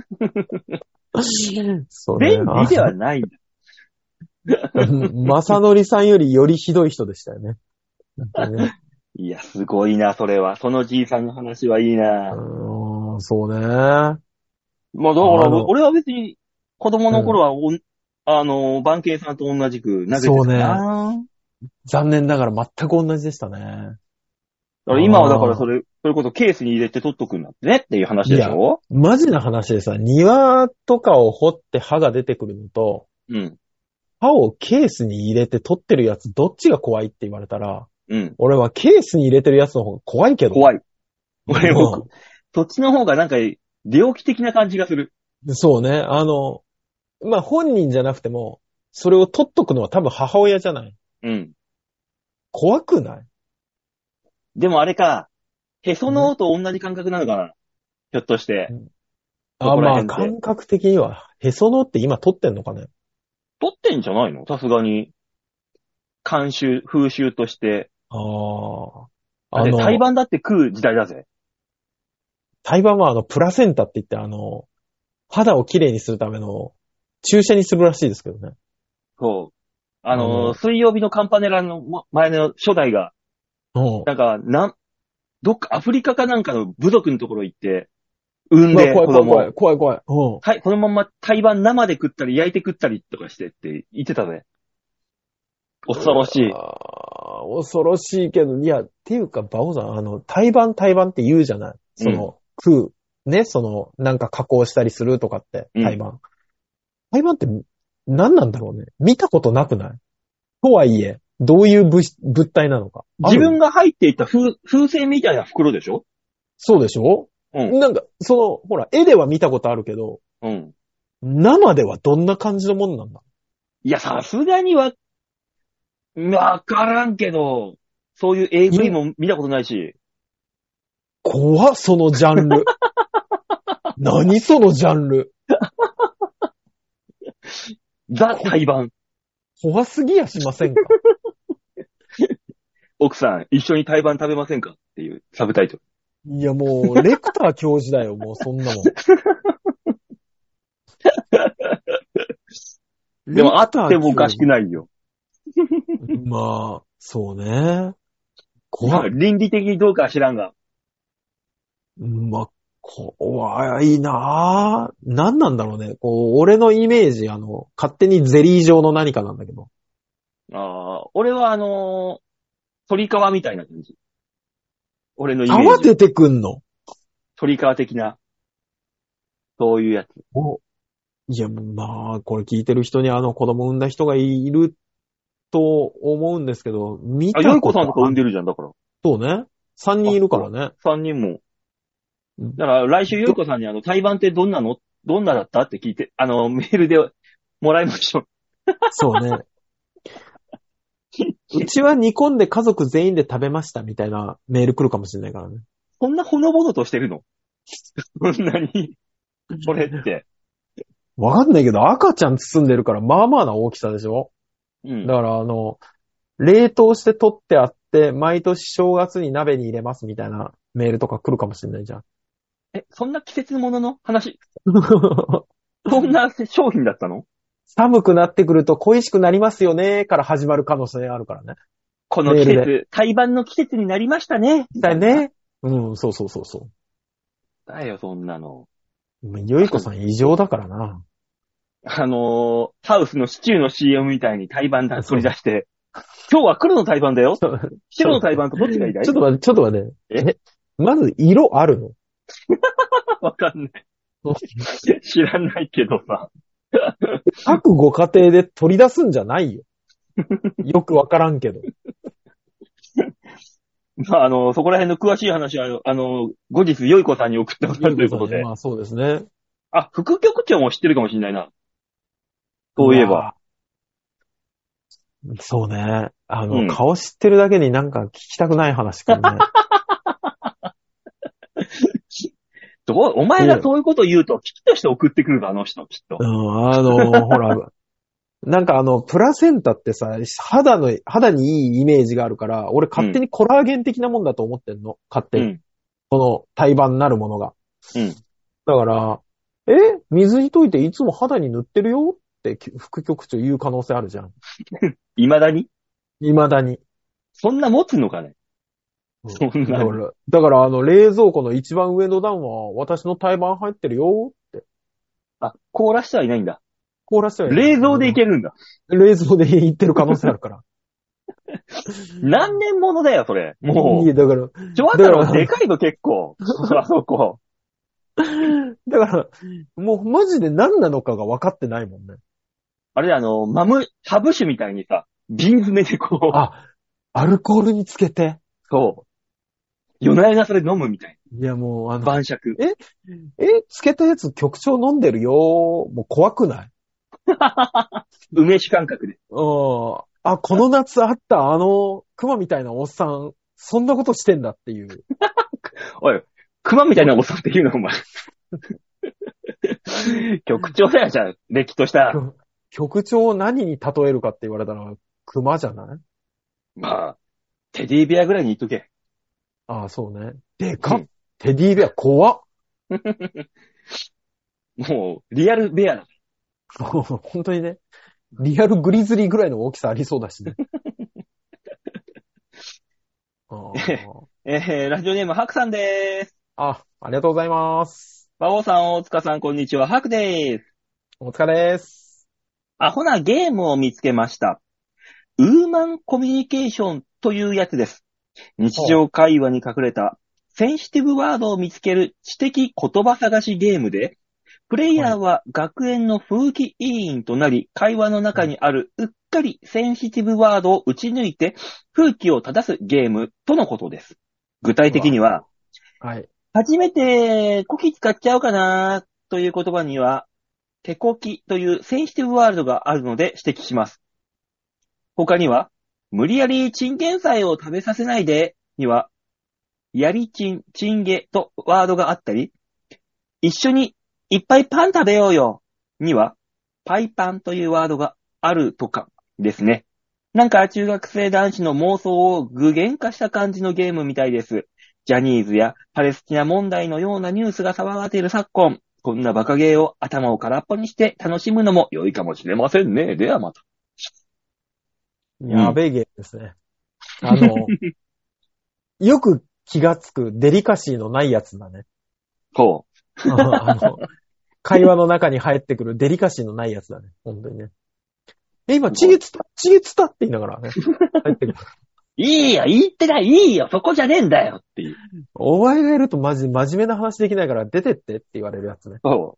そうね、 便利ではないんだ。 まさのりさんよりよりひどい人でしたよね。 いや、すごいな、それは。そのじいさんの話はいいな。 そうね。 まあ、だから、俺は別に、子供の頃は、番犬さんと同じく投げてたな。そうね。 残念ながら全く同じでしたね。 だから今はだからそれこそケースに入れて取っとくんだってねっていう話でしょ？ いや、マジな話でさ、庭とかを掘って歯が出てくるのと、歯をケースに入れて取ってるやつどっちが怖いって言われたら、俺はケースに入れてるやつの方が怖いけど。 怖い。俺も、そっちの方がなんか、猟奇的な感じがする。 そうね。まあ、本人じゃなくても、それを取っとくのは多分母親じゃない。怖くない？ でもあれか、へその緒と同じ感覚なのかな？ひょっとして。 まあ、感覚的には、へその緒って今取ってんのかね？ 取ってんじゃないの？さすがに。風習として。胎盤だって食う時代だぜ。 胎盤はプラセンタって言って肌をきれいにするための注射にするらしいですけどね。 そう。水曜日のカンパネラの前の初代が、なんか、どっかアフリカかなんかの部族のところ行って、産んで子供。 怖い。 はい、このまま胎盤生で食ったり焼いて食ったりとかしてって言ってたね。恐ろしい。 恐ろしいけど、いや、っていうか、バオさん、胎盤って言うじゃない。食う。ね、なんか加工したりするとかって、胎盤。胎盤って何なんだろうね。見たことなくない？とはいえ、どういう物体なのか。 自分が入っていた風船みたいな袋でしょ？ そうでしょ？なんか、ほら、絵では見たことあるけど、生ではどんな感じのものなんだ？ いや、さすがにわからんけど、そういう AV も見たことないし。 怖っ、そのジャンル。何そのジャンル。 ザ・胎盤。 怖すぎやしませんか？ 奥さん、一緒に胎盤食べませんかっていうサブタイトル。いや、もう、レクター教授だよ、もうそんなもん。 でも、あってもおかしくないよ。 まあ、そうね。 倫理的にどうかは知らんが。 まあ、怖いなぁ。何なんだろうね。俺のイメージ、勝手にゼリー状の何かなんだけど。 俺は鳥皮みたいな感じ。俺のイメージ。 皮出てくんの？ 鳥皮的な。そういうやつ。 いや、まあ、これ聞いてる人に子供産んだ人がいると思うんですけど、見たことよいこさんとか産んでるじゃん、だから。 そうね。3人いるからね。 3人も。だから来週よいこさんに胎盤ってどんなだったって聞いて、メールでもらいましょう。 そうね。うちは煮込んで家族全員で食べましたみたいなメール来るかもしれないからね。 そんなほのぼのとしてるの？そんなにこれって。 わかんないけど赤ちゃん包んでるからまあまあな大きさでしょ？だから冷凍して取ってあって、毎年正月に鍋に入れますみたいなメールとか来るかもしれないじゃん。 そんな季節ものの話そんな商品だったの？ 寒くなってくると恋しくなりますよねから始まる可能性あるからね。 この季節、胎盤の季節になりましたね。 だね。そう。 だよ、そんなの。 よいこさん異常だからな。 ハウスのシチューの CM みたいに胎盤取り出して、今日は黒の胎盤だよ。白の胎盤とどっちがいいだい？ ちょっと待って。まず色あるの？ わかんない。知らないけどさ。 各ご家庭で取り出すんじゃないよ。よくわからんけど。 まあ、そこら辺の詳しい話は、後日、よい子さんに送ってもらうということで。 まあそうですね。 あ、副局長も知ってるかもしれないな。そういえば。 そうね。 うん顔知ってるだけになんか聞きたくない話かね。 お前がそういうこと言うと、きちっとして送ってくるぞ、あの人、きっと。 ほら、なんかプラセンタってさ、肌にいいイメージがあるから、俺勝手にコラーゲン的なもんだと思ってんの。勝手に。 うん。 この胎盤になるものが。 うん。 だから、水に溶いていつも肌に塗ってるよって副局長言う可能性あるじゃん。 未だに未だに。 そんな持つのかね。そんな。 だから冷蔵庫の一番上の段は私の胎盤入ってるよって。 あ、凍らしてはいないんだ。 凍らしてはいない。 冷蔵でいけるんだ。 冷蔵でいってる可能性あるから。 何年ものだよ、それ。もう。 いや、だから。 ちょ、あったらでかいの結構。あそこ。 だから、もうマジで何なのかが分かってないもんね。 あれハブ酒みたいにさ、瓶詰めでこう。 あ、アルコールにつけて。 そう。夜な夜なそれ飲むみたいいや、もう晩酌。 つけたやつ局長飲んでるよ。もう怖くない？ 梅酒感覚で。 この夏あった熊みたいなおっさん、そんなことしてんだっていう。 おい、熊みたいなおっさんって言うの、お前。局長だよ、じゃあ、れっきとした。 局長を何に例えるかって言われたら、熊じゃない？ まあ、テディベアぐらいに言っとけ。 ああ、そうね。でかっ、テディベア怖っ。 もう、リアルベアだ。 本当にね。リアルグリズリーぐらいの大きさありそうだしね。 ラジオネーム、ハクさんでーす。 ありがとうございます。 バオさん、大塚さん、こんにちは。ハクでーす。 お疲れです。 アホなゲームを見つけました。ウーマンコミュニケーションというやつです。日常会話に隠れたセンシティブワードを見つける知的言葉探しゲームで、プレイヤーは学園の風紀委員となり、会話の中にあるうっかりセンシティブワードを打ち抜いて、風紀を正すゲームとのことです。具体的には、初めてコキ使っちゃおうかなという言葉には、手コキというセンシティブワードがあるので指摘します。他には、無理やりチンゲン菜を食べさせないでには、やりチン、チンゲとワードがあったり、一緒にいっぱいパン食べようよには、パイパンというワードがあるとかですね。なんか中学生男子の妄想を具現化した感じのゲームみたいです。ジャニーズやパレスチナ問題のようなニュースが騒がれている昨今、こんなバカゲーを頭を空っぽにして楽しむのも良いかもしれませんね。ではまた。 やべえゲームですね。よく気がつくデリカシーのないやつだね。 そう。 会話の中に入ってくるデリカシーのないやつだね。本当にね。今、チゲツタって言いながらね。入ってくる。 いいよ、言ってない、いいよ、そこじゃねえんだよっていう。 お前がいると真面目な話できないから出てってって言われるやつね。 そう。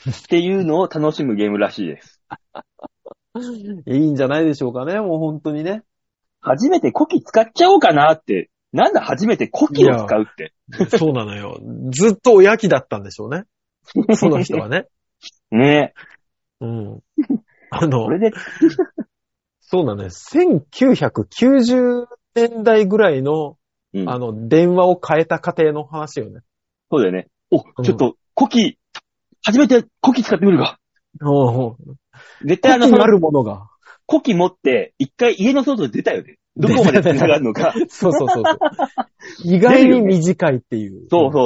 っていうのを楽しむゲームらしいです。 いいんじゃないでしょうかね、もう本当にね。 初めてコキ使っちゃおうかなって。なんだ初めてコキを使うって。 そうなのよ。ずっとおやきだったんでしょうね。その人はね。 ねえ。うん。 これでそうなのよ。1990年代ぐらいの、電話を変えた過程の話よね。 そうだよね。ちょっと、コキ、初めてコキ使ってみるか。絶対コキあるものが。 コキ持って、一回家の外で出たよね。どこまで繋がるのか。 そう。意外に短いっていう。 そう。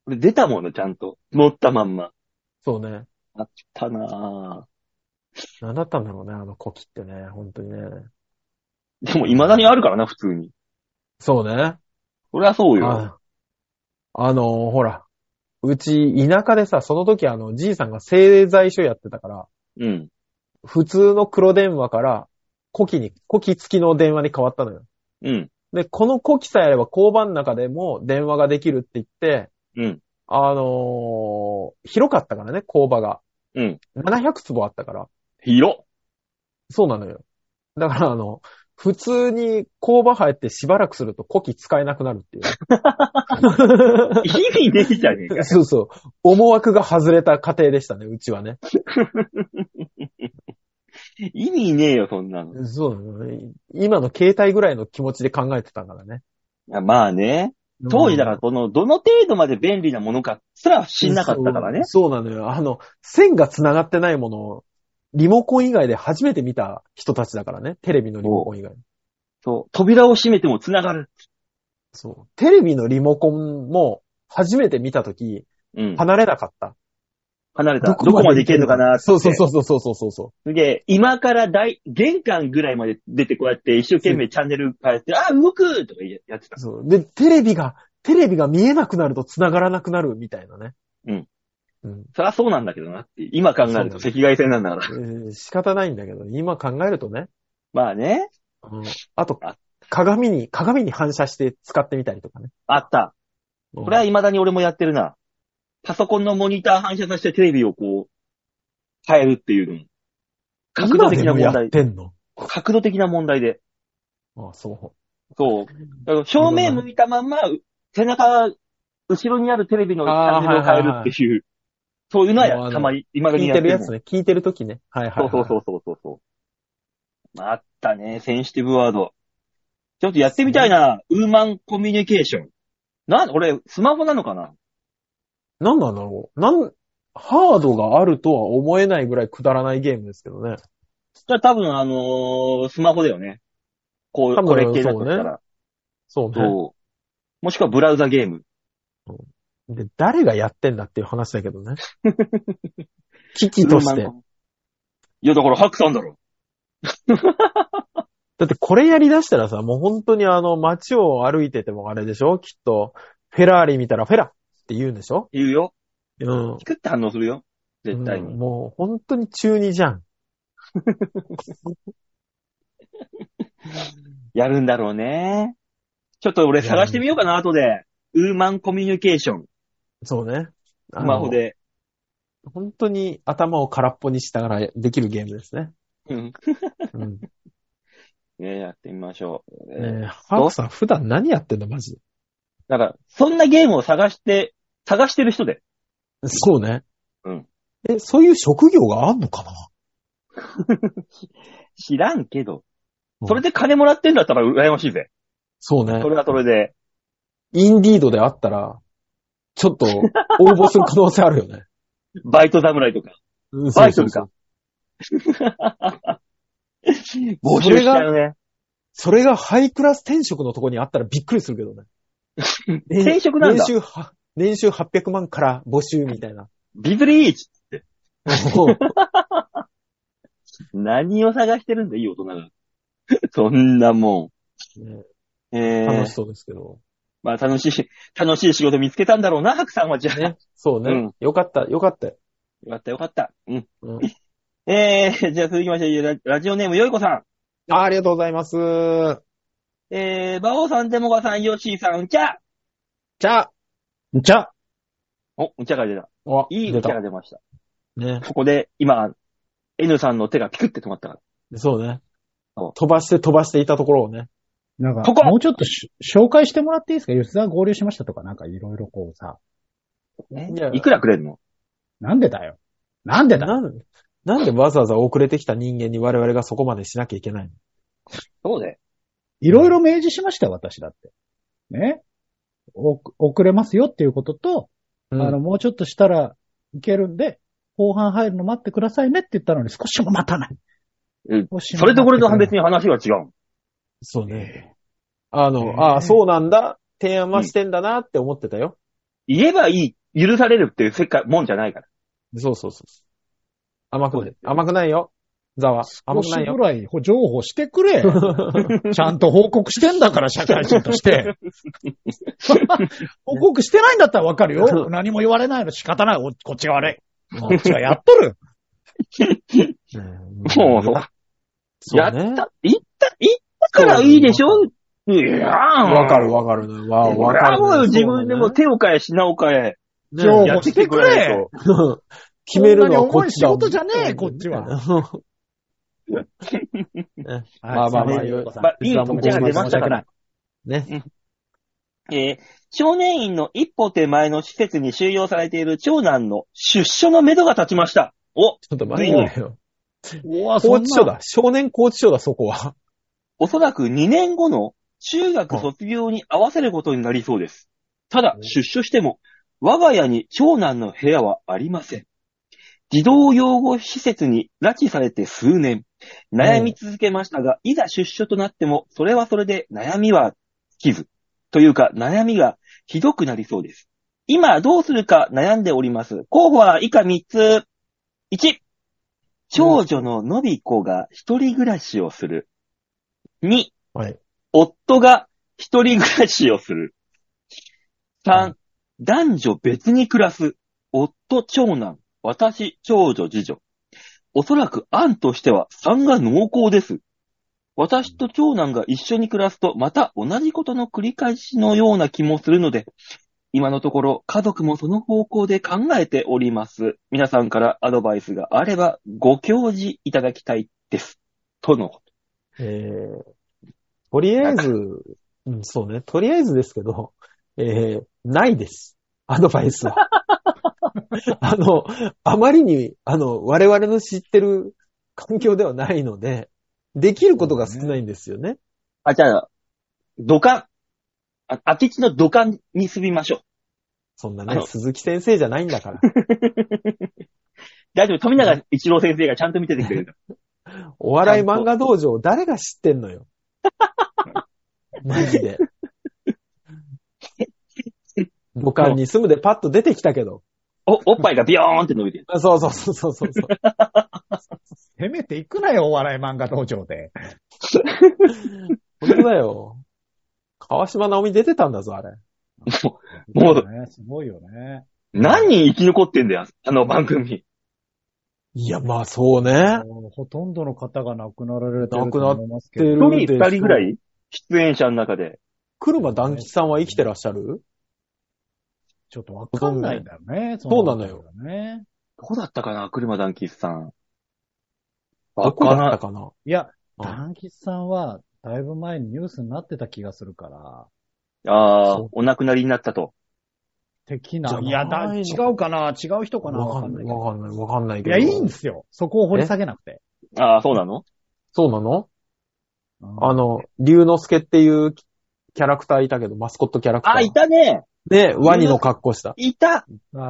出たもの、ちゃんと。持ったまんま。 そうね。 あったなぁ。 何だったんだろうね、コキってね、本当にね。 でも未だにあるからな、普通に。 そうね。 そりゃそうよ。 ほら、うち田舎でさ、その時じいさんが製材所やってたから、 うん。 普通の黒電話からコキ付きの電話に変わったのよ。 うん。 で、このコキさえあれば交番の中でも電話ができるって言って、 うん。 広かったからね、工場が。 うん。 700坪あったから。 広っ。 そうなのよ。だから普通に工場入ってしばらくすると古希使えなくなるっていう。 意味ねえじゃねえか。 そうそう。思惑が外れた過程でしたね、うちはね。 意味ねえよ、そんなの。 そうね。今の携帯ぐらいの気持ちで考えてたからね。 まあね。当時だからどの程度まで便利なものかすら知んなかったからね。 そうなのよ。線が繋がってないものを、リモコン以外で初めて見た人たちだからね。テレビのリモコン以外。 そう。扉を閉めても繋がる。 そう。テレビのリモコンも初めて見たとき、離れなかった。 離れた。どこまで行けるのかなって。 そう。 すげえ、今から玄関ぐらいまで出てこうやって一生懸命チャンネル変えて、動くとかやってた。 そう。で、テレビが見えなくなると繋がらなくなるみたいなね。 そりゃそうなんだけどなって。今考えると赤外線なんだから。 仕方ないんだけど、今考えるとね。 まあね。 あと、鏡に反射して使ってみたりとかね。 あった。これは未だに俺もやってるな。パソコンのモニター反射させてテレビをこう、変えるっていうの。角度的な問題。 やってんの？ 角度的な問題で。 ああ、そう。 そう。正面向いたまんま、背中、後ろにあるテレビのチャンネルを変えるっていう。そういうのはたまに、未だにやってる。 聞いてるやつね。聞いてるときね。はい。 そう。あったね、センシティブワード。ちょっとやってみたいな。ウーマンコミュニケーション。俺、スマホなのかな？ なんなんだろう。ハードがあるとは思えないぐらいくだらないゲームですけどね。 多分スマホだよね。これ系だとしたら。 そうね。 もしくはブラウザゲーム。 で、誰がやってんだっていう話だけどね。機器として。 いや、だからハクさんだろ。 だってこれやり出したらさ、もう本当に街を歩いててもあれでしょ？きっと、フェラーリ見たらフェラって言うんでしょ？ 言うよ。 ピクって反応するよ。絶対に。 もう本当に中二じゃん。 やるんだろうね。ちょっと俺探してみようかな、後で。ウーマンコミュニケーション。 そうね。 スマホで。 本当に頭を空っぽにしながらできるゲームですね。 やってみましょう。 ハクさん普段何やってんのマジで。 なんか、そんなゲームを探してる人で。 そうね。そういう職業があんのかな？ 知らんけど。それで金もらってんだったら羨ましいぜ。 そうね。 それはそれで。 インディードであったら、ちょっと応募する可能性あるよね。 バイト侍とか。バイトか。募集したよね。 それがハイクラス転職のとこにあったらびっくりするけどね。 転職なんだ。 年収800万から募集みたいな。 ビズリーチって。何を探してるんだ、いい大人が。そんなもん。 楽しそうですけど。 まあ楽しい仕事見つけたんだろうな、ハクさんはじゃあ。 ね、そうね。よかった。 よかった。じゃあ続きまして、ラジオネームよいこさん。 ありがとうございます。 バオさん、デモガさん、ヨッシーさん、うんちゃうんちゃお、うんちゃが出た。いいうんちゃが出ました。 ね。 ここで、今、N さんの手がピクって止まったから。 そうね。飛ばしていたところをね。 なんか、もうちょっと紹介してもらっていいですか？吉沢合流しましたとか、なんかいろいろこうさ。 いくらくれんの？ なんでだよ。なんでわざわざ遅れてきた人間に我々がそこまでしなきゃいけないの？ そうで。 いろいろ明示しましたよ、私だって。ね。遅れますよっていうことと、もうちょっとしたらいけるんで、後半入るの待ってくださいねって言ったのに少しも待たない。 それとこれと別に話は違う。 そうね。そうなんだ。提案はしてんだなって思ってたよ。 言えばいい。許されるっていうもんじゃないから。 そう。甘くないよ。ザワ。甘くないよ。 少しぐらい情報してくれ。ちゃんと報告してんだから、社会人として。報告してないんだったらわかるよ。何も言われないの仕方ない。こっちが悪い。こっちがやっとる。 もう、やった、言ったからいいでしょ？いやー。 わかる。わかる。 自分でも手を変え、品を変え。 情報してくれ。 決めるのはこっちだ。 仕事じゃねえ、こっちは。 まあまあまあ、 いいよいい告知が出ましたから。 ね。 少年院の一歩手前の施設に収容されている長男の出所のめどが立ちました。お、 ちょっと待ってくれよ。 うわ、 拘置所だ。少年拘置所だ、そこは。 おそらく2年後の中学卒業に合わせることになりそうです。ただ、出所しても、我が家に長男の部屋はありません。児童養護施設に拉致されて数年、悩み続けましたが、いざ出所となっても、それはそれで悩みは尽きず。というか、悩みがひどくなりそうです。今、どうするか悩んでおります。候補は以下3つ。1、長女ののびこが一人暮らしをする。2、 はい。 夫が一人暮らしをする。3、男女別に暮らす。夫、長男、私、長女、次女。おそらく案としては3が濃厚です。私と長男が一緒に暮らすとまた同じことの繰り返しのような気もするので、今のところ家族もその方向で考えております。皆さんからアドバイスがあればご教示いただきたいです。とのこと。 とりあえず、そうね。とりあえずですけど、ないです。アドバイスは。あまりに、我々の知ってる環境ではないので、できることが少ないんですよね。 あ、じゃあ、土管。空き地の土管に住みましょう。 そんなね、鈴木先生じゃないんだから。 大丈夫、富永一郎先生がちゃんと見ててくれるんだ。 お笑い漫画道場、誰が知ってんのよ。マジで。土管に住むでパッと出てきたけど。 おっぱいがビヨーンって伸びてる。 そう。 攻めていくなよ、お笑い漫画道場で。 本当だよ。川島直美出てたんだぞ、あれ。 もう、 すごいよね。 何人生き残ってんだよ、あの番組。 いや、まあそうね。 ほとんどの方が亡くなられてる亡くなってる。 一人、二人ぐらい出演者の中で。 車団吉さんは生きてらっしゃる？ ちょっとわかんないんだよね。 そうなのよ。 どこだったかな、車団吉さん。 どこだったかな？ いや、団吉さんは、だいぶ前にニュースになってた気がするから。 お亡くなりになったと。 的な。いや、違うかな？違う人かな？ わかんないけど。 いや、いいんですよ。そこを掘り下げなくて。 そうなの？ そうなの？龍之介っていうキャラクターいたけど、マスコットキャラクター。 いたね。 で、ワニの格好した。 いた。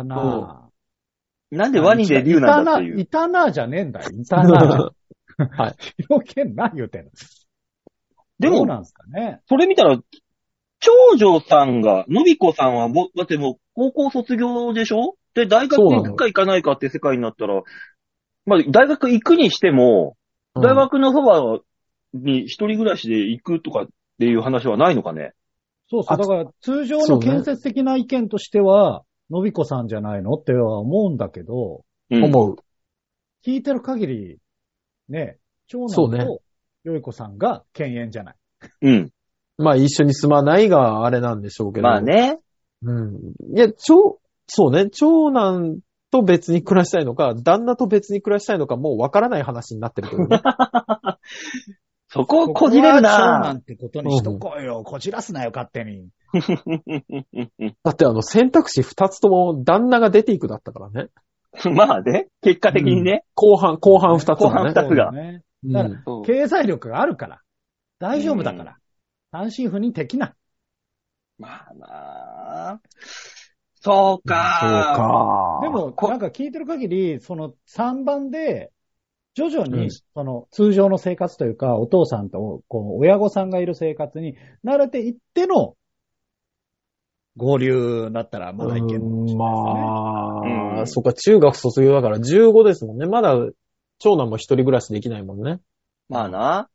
なんでワニで龍なんだっていう。 いたなじゃねえんだよ。いたな。 はい。 広げんな言うてんの。 でも、 どうなんすかね。 それ見たら、長女さんが、のびこさんはだってもう高校卒業でしょ？で、大学行くか行かないかって世界になったら、まあ、大学行くにしても、大学のそばに一人暮らしで行くとかっていう話はないのかね？ そう、だから通常の建設的な意見としては、のびこさんじゃないのっては思うんだけど、 思う。 聞いてる限り、ね、長男とよいこさんが犬猿じゃない。 うん。 まあ一緒に住まないがあれなんでしょうけど。 まあね。 いや、そうね、長男と別に暮らしたいのか、旦那と別に暮らしたいのか、もうわからない話になってるけどね。 そこをこじれるな。 長男ってことにしとこうよ。こじらすなよ、勝手に。 だって選択肢二つとも旦那が出ていくだったからね。 まあね、結果的にね。 後半二つがね。 後半二つが。 だから、経済力があるから。大丈夫だから。単身赴任的な。 まあ。そうか。 でも、なんか聞いてる限り、その3番で、徐々に、その通常の生活というか、お父さんと、親御さんがいる生活に慣れていっての、合流だったらまだいける、ね。 まあ、そっか、中学卒業だから15ですもんね。まだ、長男も一人暮らしできないもんね。 まあな。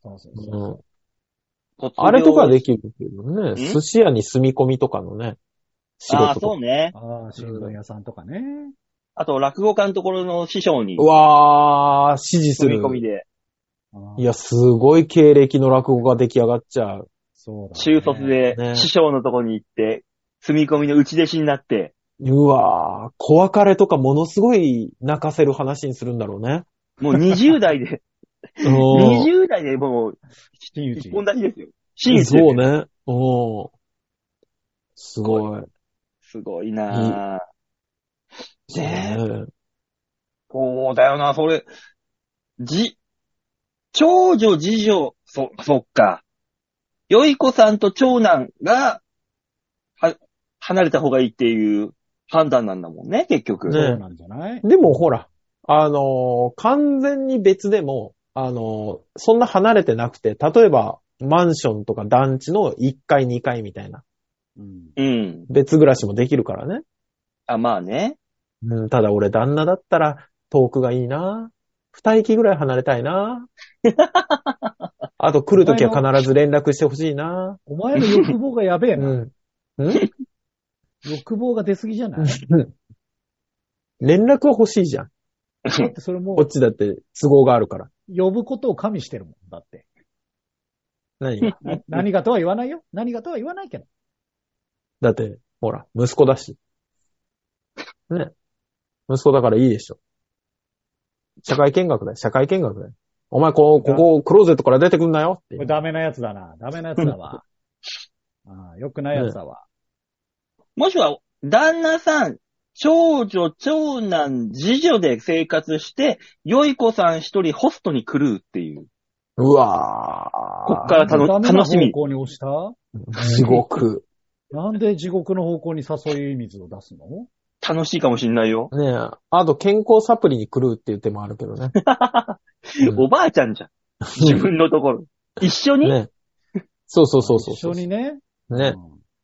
あれとかできるけどね。寿司屋に住み込みとかのね。仕事とか。 そうね。 新聞屋さんとかね。 あと、落語家のところの師匠に。 うわー、指示する。 住み込みで。 いや、すごい経歴の落語が出来上がっちゃう。 そうだ、ね。 中卒で、師匠のところに行って、住み込みの内弟子になって。 うわー、小別れとかものすごい泣かせる話にするんだろうね。 もう20代で、 20代でもう、 真打ち一本立ちですよ。真打ちですよ。 そうね。おー。すごい。 すごいなぁ。 そうねえ。 ね。 そうだよな、それ。長女、次女、そっか。よい子さんと長男が、離れた方がいいっていう判断なんだもんね、結局。 ねそうなんじゃない？ でもほら、完全に別でも、そんな離れてなくて、例えば、マンションとか団地の1階、2階みたいな、 うん。 別暮らしもできるからね。 あ、まあね。 うん、ただ俺旦那だったら、遠くがいいな。2駅ぐらい離れたいな。あと来るときは必ず連絡してほしいな。 お前の欲望がやべえな。 うん。 欲望が出すぎじゃない？ 連絡は欲しいじゃん。 だってそれもこっちだって都合があるから。 呼ぶことを加味してるもん。だって。 何が何がとは言わないよ。何がとは言わないけど。 だって、ほら、息子だし。ね。息子だからいいでしょ。社会見学だよ、社会見学だよ。お前、ここ、クローゼットから出てくんなよってこれダメなやつだな。ダメなやつだわ。良くないやつだわ。 もしくは、旦那さん、長女、長男、次女で生活して、よい子さん一人ホストに狂うっていう。 うわこっからダメな楽しみ。 方向に押した？ 地獄。 なんで地獄の方向に誘い水を出すの？ 楽しいかもしんないよ。 ねえ。あと、健康サプリに狂うっていう手もあるけどね。 おばあちゃんじゃん。自分のところ。一緒に、 ね。そうそうそうそう。 一緒にね。 ね。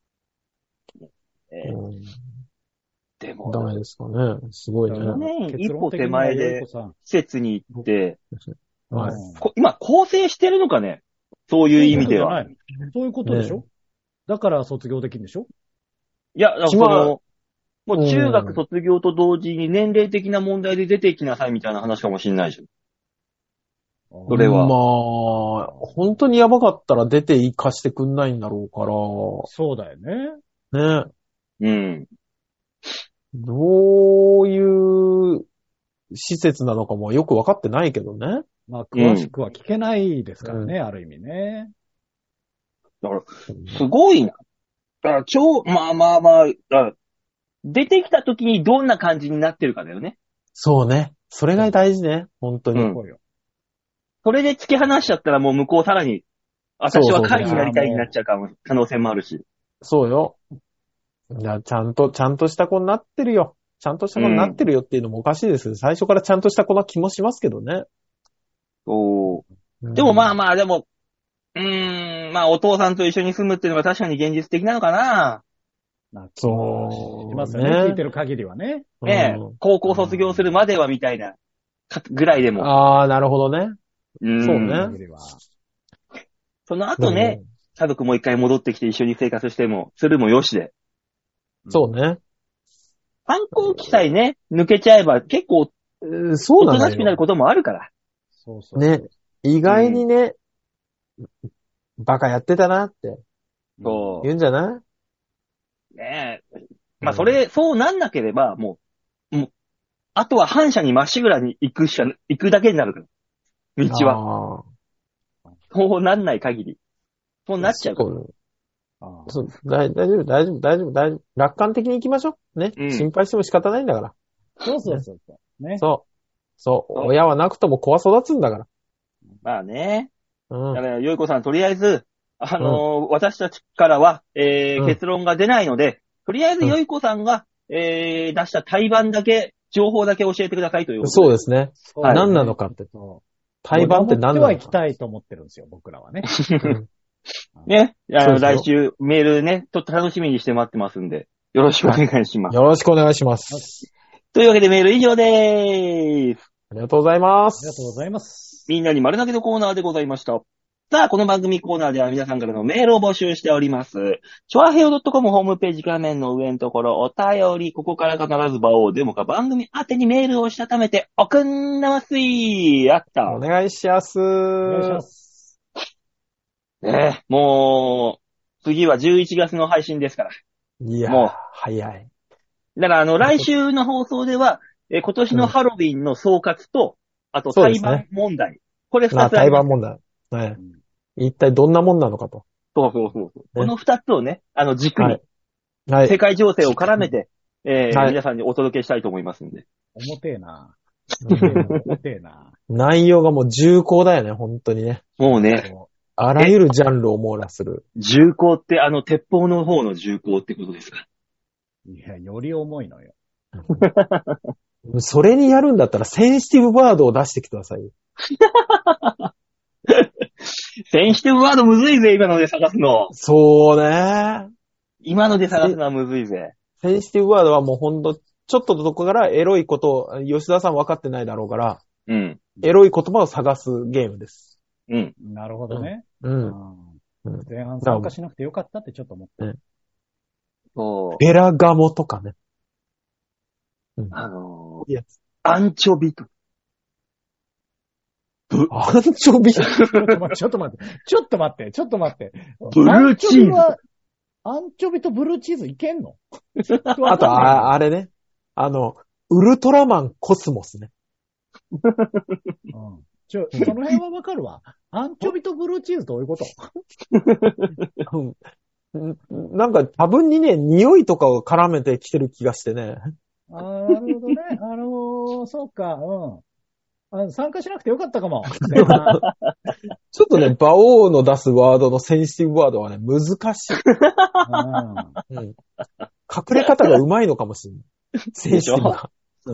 でも、 ダメですかね。すごいね。 ね一歩手前で施設に行って、 はい。 今、構成してるのかね？そういう意味では。 そういうことでしょ？だから卒業できるんでしょ？ いや、もう中学卒業と同時に年齢的な問題で出ていきなさいみたいな話かもしんないじゃん。それは。 まあ、本当にやばかったら出て行かしてくんないんだろうから。 そうだよね。 ね。 うん。 どういう施設なのかもよくわかってないけどね。 まあ、詳しくは聞けないですからね、ある意味ね。 だから、すごいな。だから出てきた時にどんな感じになってるかだよね。 そうね。それが大事ね。本当に。 それで突き放しちゃったらもう向こうさらに、私は会になりたいになっちゃう可能性もあるし。 そうよ。いや、ちゃんとした子になってるよ。ちゃんとした子になってるよっていうのもおかしいです。最初からちゃんとした子な気もしますけどね。 でもでも、お父さんと一緒に住むっていうのが確かに現実的なのかな。 そう。 しますよね。聞いてる限りはね。 ねえ、高校卒業するまではみたいな、ぐらいでも。 ああ、なるほどね。そうね。 その後ね、家族もう一回戻ってきて一緒に生活しても、するもよしで。 そうね。 反抗期さえね、抜けちゃえば結構、 そうなんだよ。 おとなしくなることもあるから。 そうね。意外にね、バカやってたなって。 そう。 言うんじゃないねえ。まあ、そうなんなければ、もう、あとは反射にまっしぐらに行くだけになるから。道は。そうなんない限り。そうなっちゃうから。 大丈夫。楽観的に行きましょう。ね。心配しても仕方ないんだから。 そう。ね。 そう。親はなくとも子は育つんだから。 まあね。だから、よいこさん、とりあえず、私たちからは、結論が出ないので、とりあえずよいこさんが、出した対バンだけ、情報だけ教えてくださいということで。 そうですね。何なのかって。対バンって何なのか。 は行きたいと思ってるんですよ、僕らはね。 ね。来週メールね、ちょっと楽しみにして待ってますんで、よろしくお願いします。 よろしくお願いします。 というわけでメール以上でーす。 ありがとうございます。 ありがとうございます。 みんなに丸投げのコーナーでございました。さあ、この番組コーナーでは皆さんからのメールを募集しております。ちょあへよ .com ホームページ画面の上のところ、お便り、ここから必ず場をデモか番組宛てにメールをしたためて送んなますい。やった。 お願いします。 お願いします。 ねえ、もう、次は11月の配信ですから。 いや、 もう、 早い。 だから来週の放送では、今年のハロウィンの総括と、あと、裁判問題。 これ2つあ対ります。 バン問題。はい。一体どんなもんなのかと。 そう。この2つをね、軸に、 はい。 世界情勢を絡めて、 はい皆さんにお届けしたいと思いますんで。 重てえな。 内容がもう重厚だよね、本当にね。 もうね、 あらゆるジャンルを網羅する。 重厚って鉄砲の方の重厚ってことですか？ いや、より重いのよ。 それにやるんだったらセンシティブワードを出してきてくださいよ。 センシティブワードむずいぜ、今ので探すの。 そうね。 今ので探すのはむずいぜ。 センシティブワードはもうほんと、ちょっとのとこからエロいことを、吉田さん分かってないだろうから、 うん。 エロい言葉を探すゲームです。 うん。 なるほどね。前半参加しなくてよかったってちょっと思って。 ベラガモとかね。 アンチョビと。 アンチョビちょっと待って。 ブルーチーズ。 アンチョビとブルーチーズいけんの？ あと、あれね。ウルトラマンコスモスね。 その辺はわかるわ。アンチョビとブルーチーズどういうこと？ なんか多分にね、匂いとかを絡めてきてる気がしてね。 なるほどね。そうか、参加しなくてよかったかも。 ちょっとね、馬王の出すワードのセンシティブワードはね、難しい。隠れ方がうまいのかもしれない。センシティブが。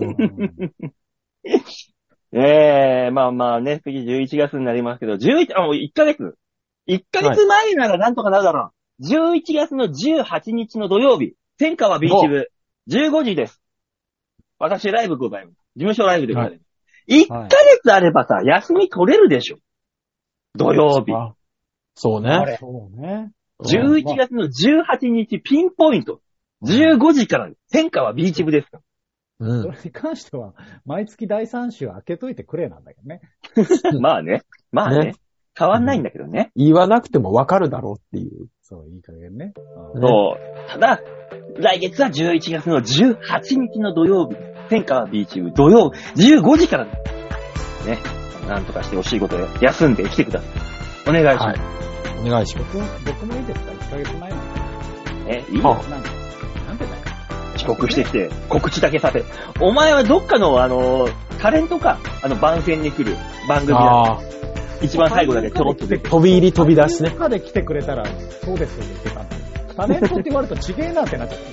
まあね、次11月になりますけど、もう1ヶ月。1ヶ月前ならなんとかなるだろう。11月の18日の土曜日、天川ビーチ部、15時です。私ライブございます。事務所ライブでございます。1ヶ月あればさ、休み取れるでしょ。土曜日。 そうね。 そうね。 11月の18日ピンポイント。15時から天川ビーチ部ですか。 それに関しては、毎月第3週開けといてくれなんだけどね。 まあね。変わんないんだけどね。 言わなくてもわかるだろうっていう。 そう、いい加減ね。 そう。ただ、来月は11月の18日の土曜日、天川ビーチ部土曜15時からね、なんとかしてお仕事で休んで来てください。お願いします。 お願いします。 僕もいいですか ?1 ヶ月前の。 いいよ。なんでだよ。遅刻してきて、告知だけさせ。お前はどっかのタレントか、番宣に来る番組だ。一番最後だけちょろっと出て。 飛び入り飛び出しね。 どっかで来てくれたら、そうですよ、言ってたんだ。タレントって言われるとちげえなってなっちゃ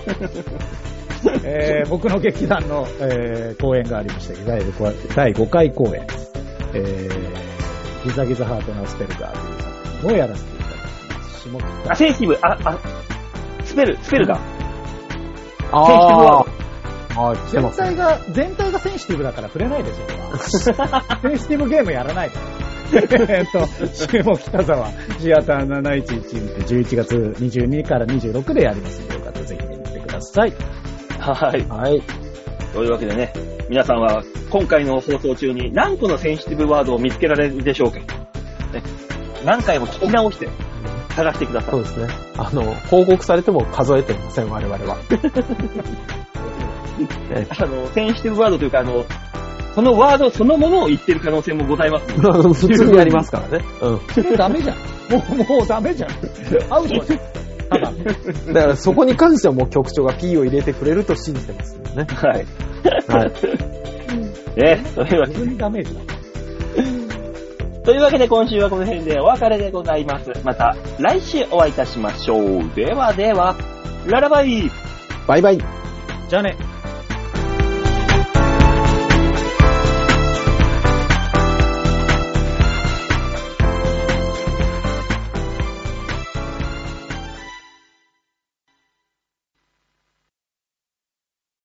った。僕の劇団の、公演がありまして、いわゆる第5回公演、ギザギザハートのスペルガーという作品をやらせていただきます。 センシティブ、スペルガー。 全体がセンシティブだから触れないでしょ。センシティブゲームやらないで。下北沢シアター711で11月22から26でやりますので、よかったらぜひ見に来てください。 はい。というわけでね、皆さんは今回の放送中に何個のセンシティブワードを見つけられるでしょうか。何回も聞き直して探してください。 そうですね。報告されても数えてません、我々は。 センシティブワードというか、そのワードそのものを言ってる可能性もございます。 普通にやりますからね。 それダメじゃん。もうダメじゃん。アウトじゃん。 だからそこに関してはもう局長が P を入れてくれると信じてますよね。 はい。それは自分にダメージだ。 というわけで今週はこの辺でお別れでございます。また来週お会いいたしましょう。ではでは、ララバイ。 バイバイ。 じゃあね。